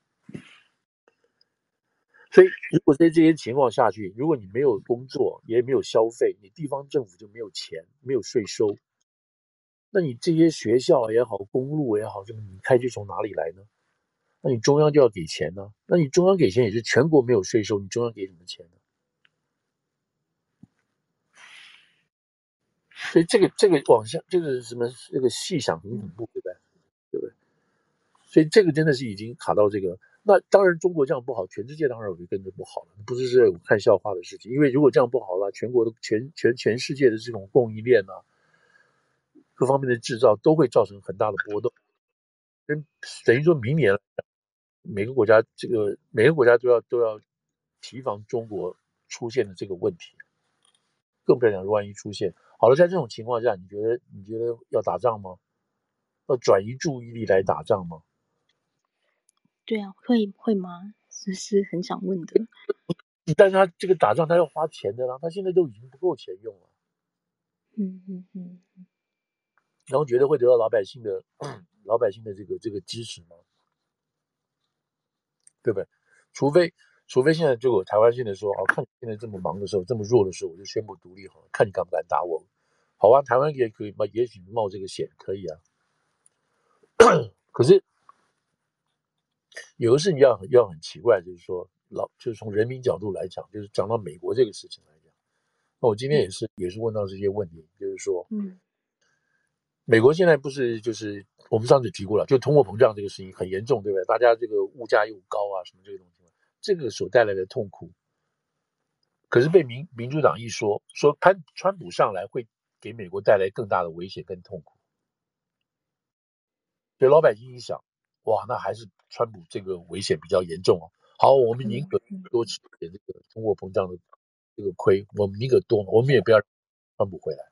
所以如果在这些情况下去，如果你没有工作，也没有消费，你地方政府就没有钱，没有税收，那你这些学校也好，公路也好，你开支从哪里来呢？那你中央就要给钱呢，那你中央给钱也是全国没有税收，你中央给什么钱呢？所以这个往下什么细想很恐怖，对不对？对不对？所以这个真的是已经卡到这个。那当然中国这样不好，全世界当然也会跟着不好了，不是有看笑话的事情。因为如果这样不好了，全国的全世界的这种供应链啊，各方面的制造都会造成很大的波动。等于说明年每个国家都要提防中国出现的这个问题，更不要讲万一出现。好了，在这种情况下，你觉得要打仗吗？要转移注意力来打仗吗？ 对啊，会吗？这是很想问的。 但是他这个打仗他要花钱的啦，他现在都已经不够钱用了。然后觉得会得到老百姓的这个支持吗？对不对？除非现在就台湾现在说，看你现在这么忙的时候，这么弱的时候，我就宣布独立好了，看你敢不敢打我。好啊，台湾也可以嘛，也许冒这个险可以啊。可是有的事情要很奇怪，就是说就是从人民角度来讲，就是讲到美国这个事情来讲，那我今天也是问到这些问题，就是说，美国现在不是就是我们上次提过了，就通货膨胀这个事情很严重，对不对？大家这个物价又高啊，什么这个东西，这个所带来的痛苦，可是被民主党一说川普上来会给美国带来更大的危险跟痛苦，所以老百姓一想，哇，那还是川普这个危险比较严重哦。好，我们宁可多吃一点这个通货膨胀的这个亏，我们宁可多，我们也不要让川普回来。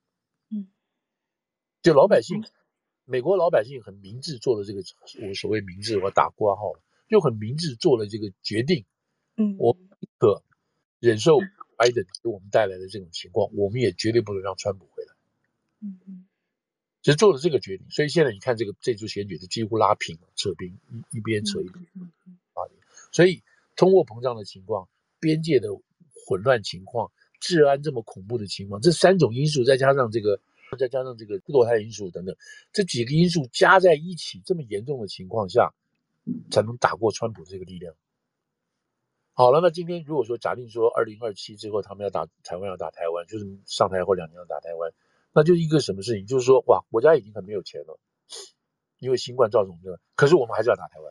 就老百姓，美国老百姓很明智做了这个，我所谓明智，我打括号了，就很明智做了这个决定。我宁可忍受拜登给我们带来的这种情况，我们也绝对不能让川普回来。只是做了这个决定，所以现在你看这组选举是几乎拉平了，扯平一边扯一边所以通货膨胀的情况、边界的混乱情况、治安这么恐怖的情况，这三种因素再加上这个堕胎因素等等，这几个因素加在一起，这么严重的情况下，才能打过川普这个力量。好了，那今天如果说假定说2027之后他们要打台湾，要打台湾，就是上台后2年要打台湾，那就一个什么事情，就是说哇，国家已经很没有钱了，因为新冠造成的，可是我们还是要打台湾。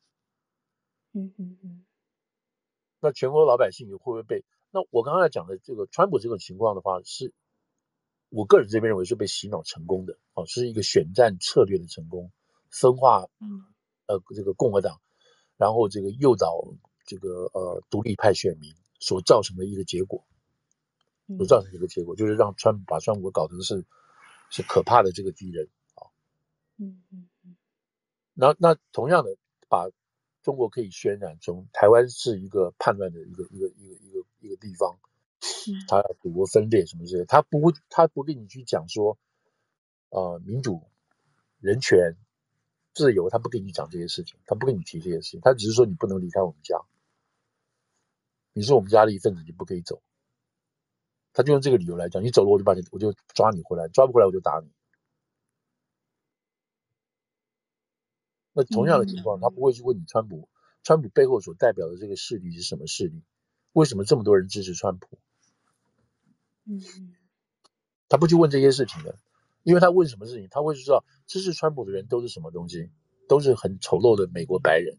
那全国老百姓会不会被？那我刚才讲的这个川普这种情况的话，是我个人这边认为是被洗脑成功的，是一个选战策略的成功，分化这个共和党，然后这个诱导这个独立派选民所造成的一个结果，就是让把川普搞成是可怕的这个敌人啊。那同样的，把中国可以渲染成台湾是一个叛乱的一个地方，他要祖国分裂什么之类，他不跟你去讲说民主、人权、自由，他不跟你讲这些事情，他不跟你提这些事情，他只是说你不能离开我们家，你是我们家的一份子，你不可以走。他就用这个理由来讲，你走了我就抓你回来，抓不回来我就打你。那同样的情况，他不会去问你川普背后所代表的这个势力是什么势力，为什么这么多人支持川普？他不去问这些事情的，因为他问什么事情，他会知道支持川普的人都是什么东西，都是很丑陋的美国白人，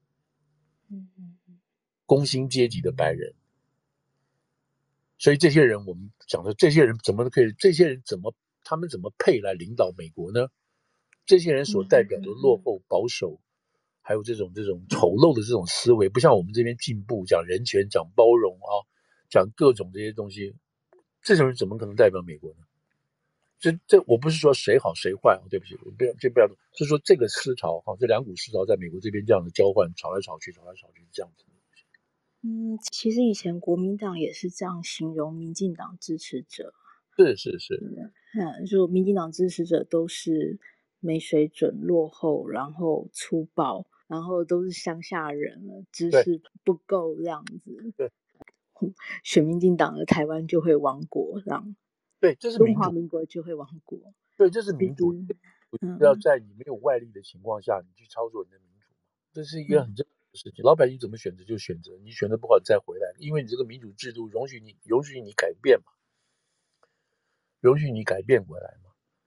工薪阶级的白人。所以这些人，我们讲的这些人怎么可以？这些人他们怎么配来领导美国呢？这些人所代表的落后、保守，还有这种丑陋的这种思维，不像我们这边进步，讲人权、讲包容啊，讲各种这些东西，这种人怎么可能代表美国呢？这我不是说谁好谁坏，对不起，不要，是说这个思潮这两股思潮在美国这边这样的交换，吵来吵去这样子。 其实以前国民党也是这样形容民进党支持者， 是， 就民进党支持者都是没水准、落后，然后粗暴，然后都是乡下人，知识不够这样子。 对， 选民进党的台湾就会亡国，这样。 对，这是民主， 中华民国就会亡国。 对，这是民主。要在你没有外力的情况下，你去操作你的民主，这是一个很正常的事情。老百姓怎么选择就选择，你选择不好你再回来，因为你这个民主制度容许你改变嘛，容许你改变回来嘛。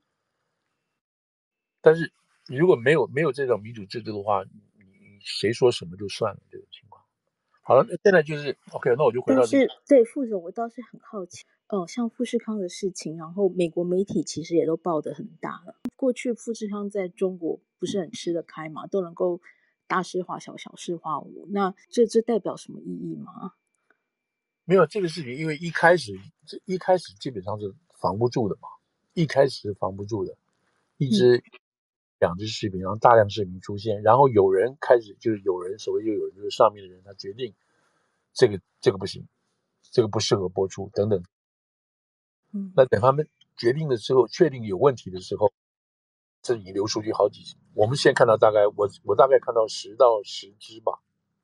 但是你如果没有这种民主制度的话，你谁说什么就算了这种情况。好了，那现在就是 OK， 那我就回到这个。 对副总，我倒是很好奇，像富士康的事情，然后美国媒体其实也都报得很大了。过去富士康在中国不是很吃得开嘛，都能够大事化小，小事化无。那这代表什么意义吗？ 没有这个事情，因为一开始基本上是防不住的嘛，一开始是防不住的，两只视频，然后大量视频出现，然后有人开始就是上面的人他决定这个不行，这个不适合播出等等。那等他们决定的时候，确定有问题的时候，这已经流出去好几集。我们现在看到大概我大概看到10到10支吧，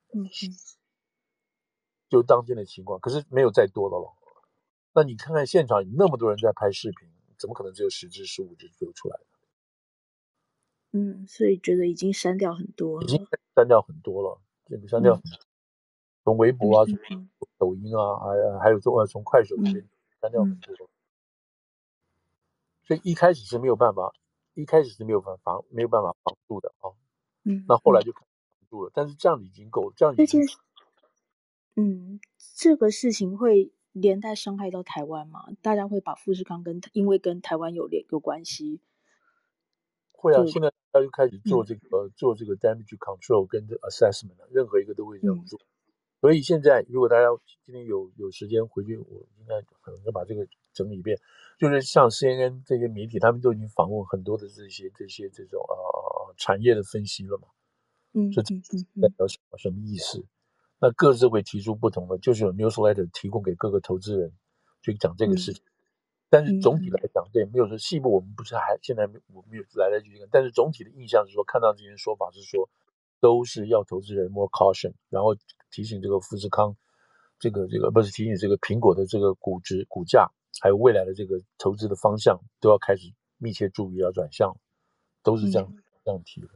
就当天的情况，可是没有再多的了。那你看看现场有那么多人在拍视频，怎么可能只有10支、15支流出来？ 所以觉得已经删掉很多了，已经删掉很多了，这个删掉从微博啊、从抖音啊，还有从快手这边删掉很多了。所以一开始是没有办法，没有办法防住的啊。那后来就防住了，但是这样子已经够了，这样已经。 这个事情会连带伤害到台湾吗？大家会把富士康因为跟台湾有关系， 会啊，现在大家就开始做这个 damage control 跟assessment 了，任何一个都会这样做。所以现在如果大家今天有时间回去，我应该可能要把这个整理一遍。就是像 CNN 这些媒体，他们都已经访问很多的这种产业的分析了嘛。这代表什么意思？那各自会提出不同的，就是有 newsletter 提供给各个投资人去讲这个事情。但是总体来讲，对，没有说细部，我们不是现在我没有来去看，但是总体的印象是说，看到这些说法是说，都是要投资人 more caution，然后提醒这个富士康，不是提醒这个苹果的这个股价，还有未来的这个投资的方向，都要开始密切注意，要转向，都是这样提的。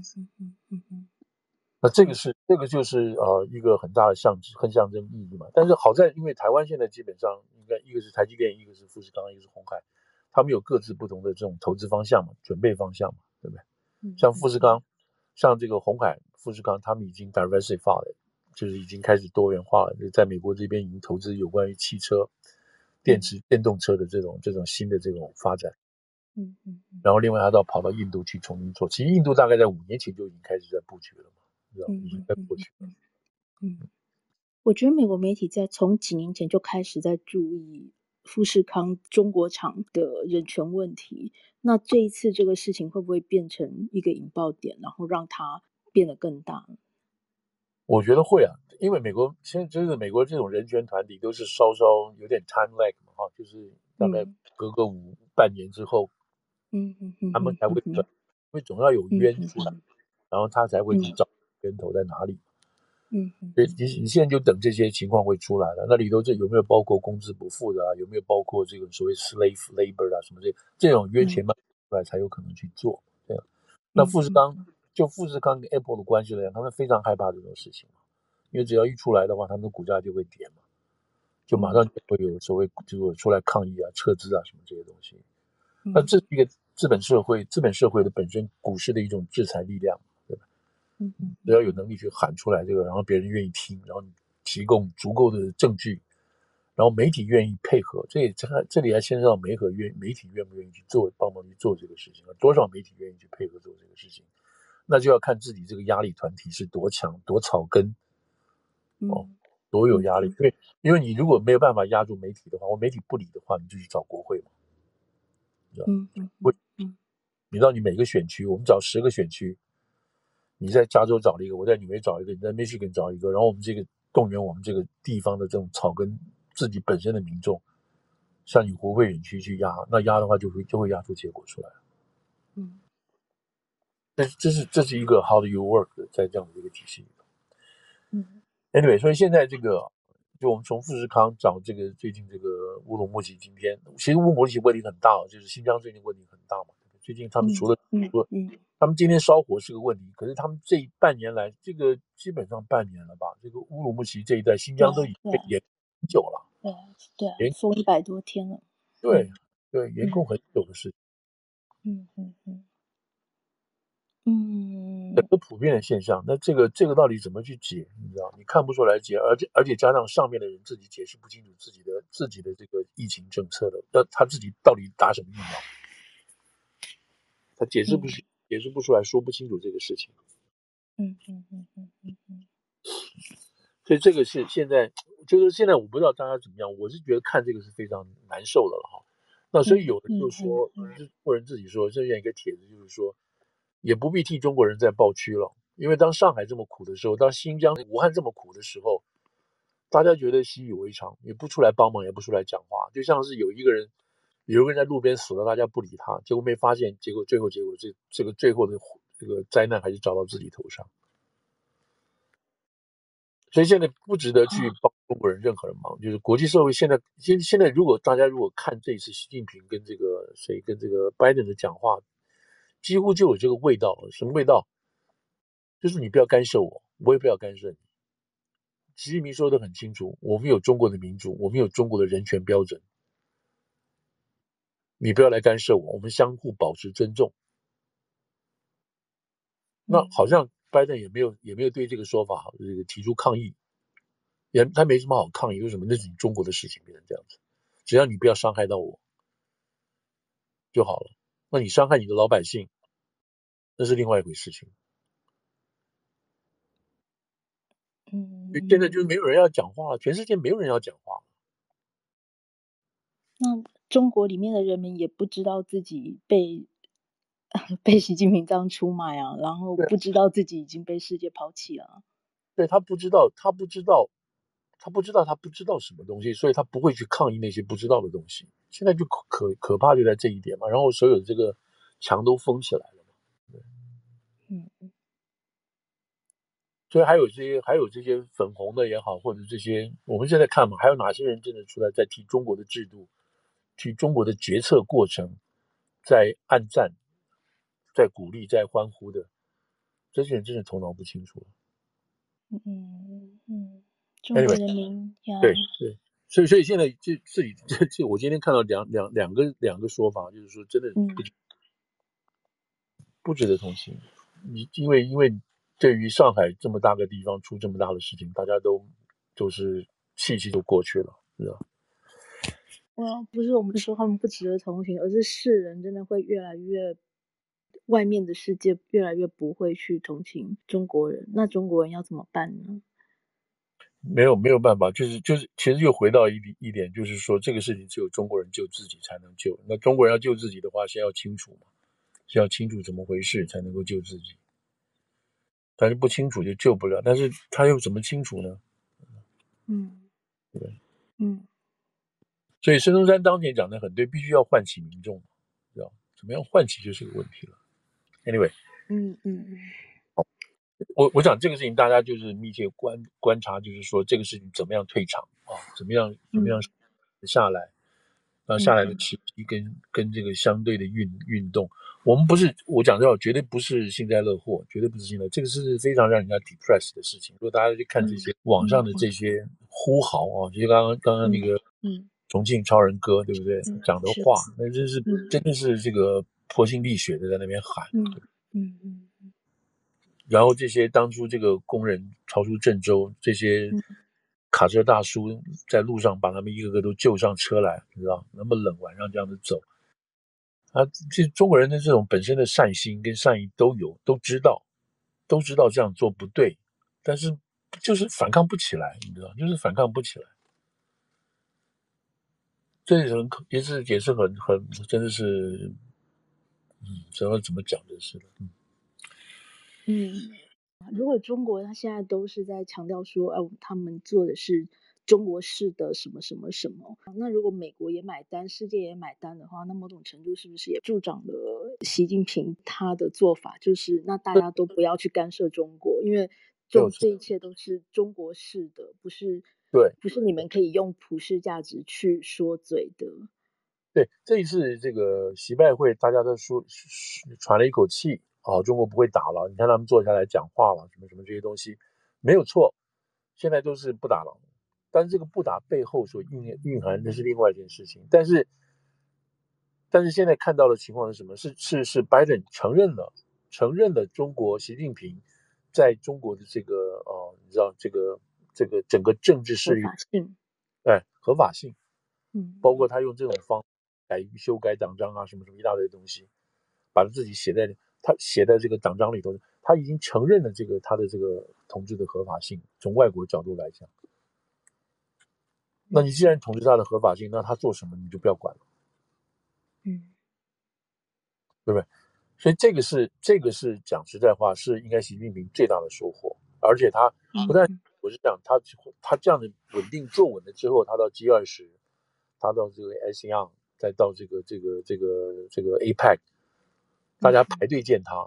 那这个就是一个很大的象征意义嘛。但是好在，因为台湾现在基本上应该一个是台积电，一个是富士康，一个是鸿海，他们有各自不同的这种投资方向嘛，准备方向嘛，对不对？像富士康，像这个鸿海、富士康，他们已经 diversify 了，就是已经开始多元化了，就在美国这边已经投资有关于汽车、电动车的这种新的这种发展。然后另外他跑到印度去重新做，其实印度大概在5年前就已经开始在布局了嘛。已经在过去了。 我觉得美国媒体从几年前就开始在注意富士康中国厂的人权问题。那这一次这个事情会不会变成一个引爆点，然后让它变得更大？ 我觉得会啊，因为美国现在就是美国这种人权团体都是稍稍有点 time lag 嘛，哈，就是大概隔个半年之后，他们才会因为总要有冤出来，然后他才会去找源头在哪里。所以你现在就等这些情况会出来了，那里头有没有包括工资不付的啊？有没有包括这个所谓 slave labor 啊什么这种冤钱嘛出来才有可能去做这样。那富士康跟 Apple 的关系来讲，他们非常害怕这种事情嘛，因为只要一出来的话，他们的股价就会跌嘛，就马上就会有所谓就出来抗议啊、撤资啊什么这些东西。那这是一个资本社会的本身股市的一种制裁力量，对吧？只要有能力去喊出来这个，然后别人愿意听，然后你提供足够的证据，然后媒体愿意配合，这里还牵涉到媒体愿不愿意去帮忙去做这个事情，多少媒体愿意去配合做这个事情，那就要看自己这个压力团体是多强、多草根，多有压力。因为你如果没有办法压住媒体的话，或媒体不理的话，你就去找国会嘛，你知道你每个选区，我们找10个选区。你在加州找了一个，我在纽约找一个，你在 Michigan 找一个，然后我们这个动员我们这个地方的这种草根自己本身的民众，向你国会选区去压，那压的话就会压出结果出来。这是一个 how do you work 的，在这样的一个体系里头。Anyway， 所以现在就我们从富士康找最近这个乌鲁木齐，其实乌鲁木齐问题很大，就是新疆最近问题很大嘛。最近他们除了他们今天烧火是个问题，可是他们这半年来，这个基本上半年了吧，这个乌鲁木齐这一带，新疆都已经被严很久了。 对，封100多天了。 对，严控很久的事情。整个普遍的现象，那这个到底怎么去解？你知道，你看不出来解，而且加上上面的人自己解释不清楚自己的这个疫情政策的，他自己到底打什么疫苗，他解释不出来，说不清楚这个事情。所以这个是现在我不知道大家怎么样，我是觉得看这个是非常难受的了哈。那所以有人就说，中国人自己说，这样一个帖子就是说，也不必替中国人再抱屈了，因为当上海这么苦的时候，当新疆、武汉这么苦的时候，大家觉得习以为常，也不出来帮忙，也不出来讲话，就像是有一个人在路边死了，大家不理他，结果没发现，结果最后最后的这个灾难还是找到自己头上。所以现在不值得去帮中国人任何人忙，就是国际社会现在如果大家看这一次习近平跟这个拜登的讲话，几乎就有这个味道。什么味道？ 就是你不要干涉我，我也不要干涉你。习近平说的很清楚，我们有中国的民主，我们有中国的人权标准，你不要来干涉我，我们相互保持尊重。那好像拜登也没有对这个说法这个提出抗议，他没什么好抗议，为什么？那是你中国的事情，变成这样子，只要你不要伤害到我就好了。那你伤害你的老百姓，那是另外一回事情。现在就是没有人要讲话，全世界没有人要讲话。 那中国里面的人民也不知道自己被习近平这样出卖啊，然后不知道自己已经被世界抛弃了。 对，他不知道他不知道什么东西，所以他不会去抗议那些不知道的东西。现在就可怕就在这一点嘛，然后所有的这个墙都封起来了嘛。所以还有这些粉红的也好，或者这些我们现在看嘛，还有哪些人真的出来在替中国的制度、替中国的决策过程在按赞、在鼓励、在欢呼的？这些人真的头脑不清楚了。 中国人民对，所以现在这我今天看到两个说法，就是说真的不值得同情。因为对于上海这么大个地方出这么大的事情，大家都是气就过去了，是吧？ 不是我们说他们不值得同情，而是世人真的会越来越，外面的世界越来越不会去同情中国人，那中国人要怎么办呢？ 没有办法，就是其实又回到一点，就是说这个事情只有中国人救自己才能救。那中国人要救自己的话，先要清楚嘛，先要清楚怎么回事才能够救自己。但是不清楚就救不了，但是他又怎么清楚呢？对，所以孙中山当年讲的很对，必须要唤起民众，知道怎么样唤起就是个问题了。Anyway，我讲这个事情，大家就是密切观察，就是说这个事情怎么样退场啊，怎么样下来，然后下来的契机跟这个相对的运动，我们不是我讲到绝对不是幸灾乐祸，绝对不是幸灾，这个是非常让人家 depressed 的事情。如果大家去看这些网上的这些呼嚎啊，就刚刚那个重庆超人哥对不对讲的话，那真的是这个泼心沥血的在那边喊。然后这些当初这个工人逃出郑州，这些卡车大叔在路上把他们一个个都救上车来，你知道那么冷晚上这样子走啊，这中国人的这种本身的善心跟善意都有，都知道这样做不对，但是就是反抗不起来，你知道，就是反抗不起来，这也是很真的是，怎么讲真是的， 如果中国他现在都是在强调说，他们做的是中国式的什么什么什么，那如果美国也买单，世界也买单的话，那某种程度是不是也助长了习近平他的做法？就是那大家都不要去干涉中国，因为这一切都是中国式的，不是你们可以用普世价值去说嘴的。 对，这一次这个习拜会，大家都说喘了一口气啊，中国不会打了。你看他们坐下来讲话了，什么什么这些东西没有错，现在都是不打了。但是这个不打背后所蕴含的是另外一件事情。但是现在看到的情况是什么？是拜登承认了中国习近平在中国的这个你知道这个整个政治势力合法性，包括他用这种方法修改党章啊，什么什么一大堆东西，把他自己写在这个党章里头，他已经承认了他的这个统治的合法性。从外国角度来讲，那你既然统治他的合法性，那他做什么你就不要管了，对不对？所以这个是讲实在话，是应该习近平最大的收获。而且他不但我是讲他这样的稳定坐稳了之后，他到 G20，他到这个 ASEAN， 再到这个 APEC， 大家排队见他，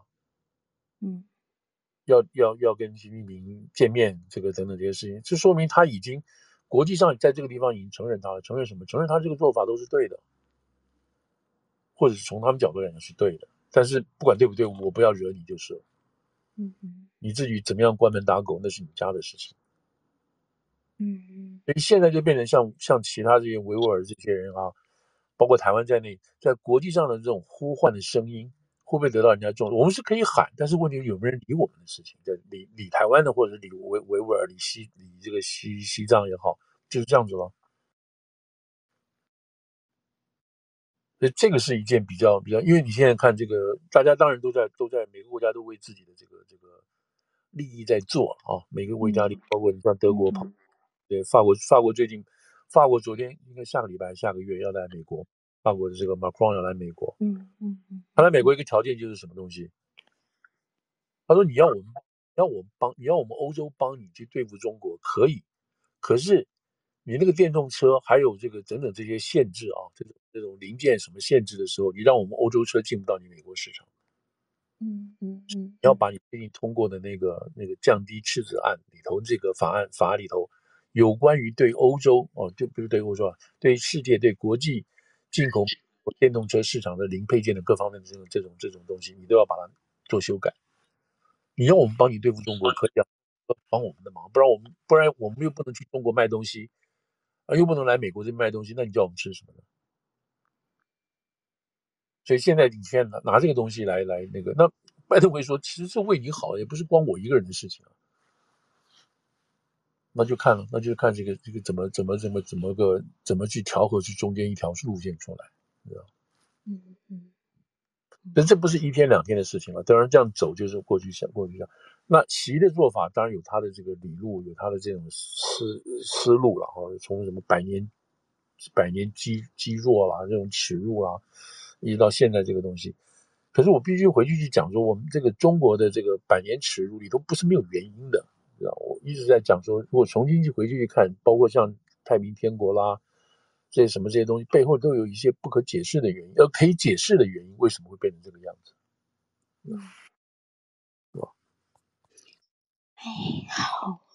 要跟习近平见面，这个等等这些事情，这说明他已经国际上在这个地方已经承认他了。承认什么？承认他这个做法都是对的，或者是从他们角度来讲是对的。但是不管对不对，我不要惹你就是了。 你自己怎么样关门打狗，那是你家的事情。 嗯所以现在就变成像其他这些维吾尔这些人啊，包括台湾在内，在国际上的这种呼唤的声音，会不会得到人家重视？我们是可以喊，但是问题有没有人理我们的事情？理台湾的，或者理维吾尔、理这个西藏也好，就是这样子了。所以这个是一件比较，因为你现在看这个，大家当然都在每个国家都为自己的这个利益在做啊，每个国家里，包括你像德国跑，对，法国最近，法国昨天应该下个礼拜下个月要来美国，法国的这个 Macron 要来美国，他来美国一个条件就是什么东西？他说你要我们欧洲帮你去对付中国可以，可是你那个电动车还有这个整整这些限制啊，这种零件什么限制的时候，你让我们欧洲车进不到你美国市场。你要把你最近通过的那个降低赤字案里头这个法案里头，有关于对欧洲哦，就不是对欧洲啊，对世界对国际进口电动车市场的零配件的各方面的这种东西，你都要把它做修改。你要我们帮你对付中国，可以啊，帮我们的忙，不然我们又不能去中国卖东西，又不能来美国这边卖东西，那你叫我们吃什么呢？所以现在你现在拿这个东西来那个，那拜登会说，其实是为你好，也不是光我一个人的事情啊。那就看了，那就看这个怎么去调和出中间一条路线出来，知道？但这不是一天两天的事情了。当然这样走就是过去想。那习的做法当然有他的这个理路，有他的这种思路了哈。从什么百年积弱啦，这种耻辱啦，一直到现在这个东西。可是我必须回去讲说，我们这个中国的这个百年耻辱里头不是没有原因的。知道我一直在讲说，如果重新回去看，包括像太平天国啦，这些东西背后都有一些不可解释的原因，可以解释的原因，为什么会变成这个样子？ 好。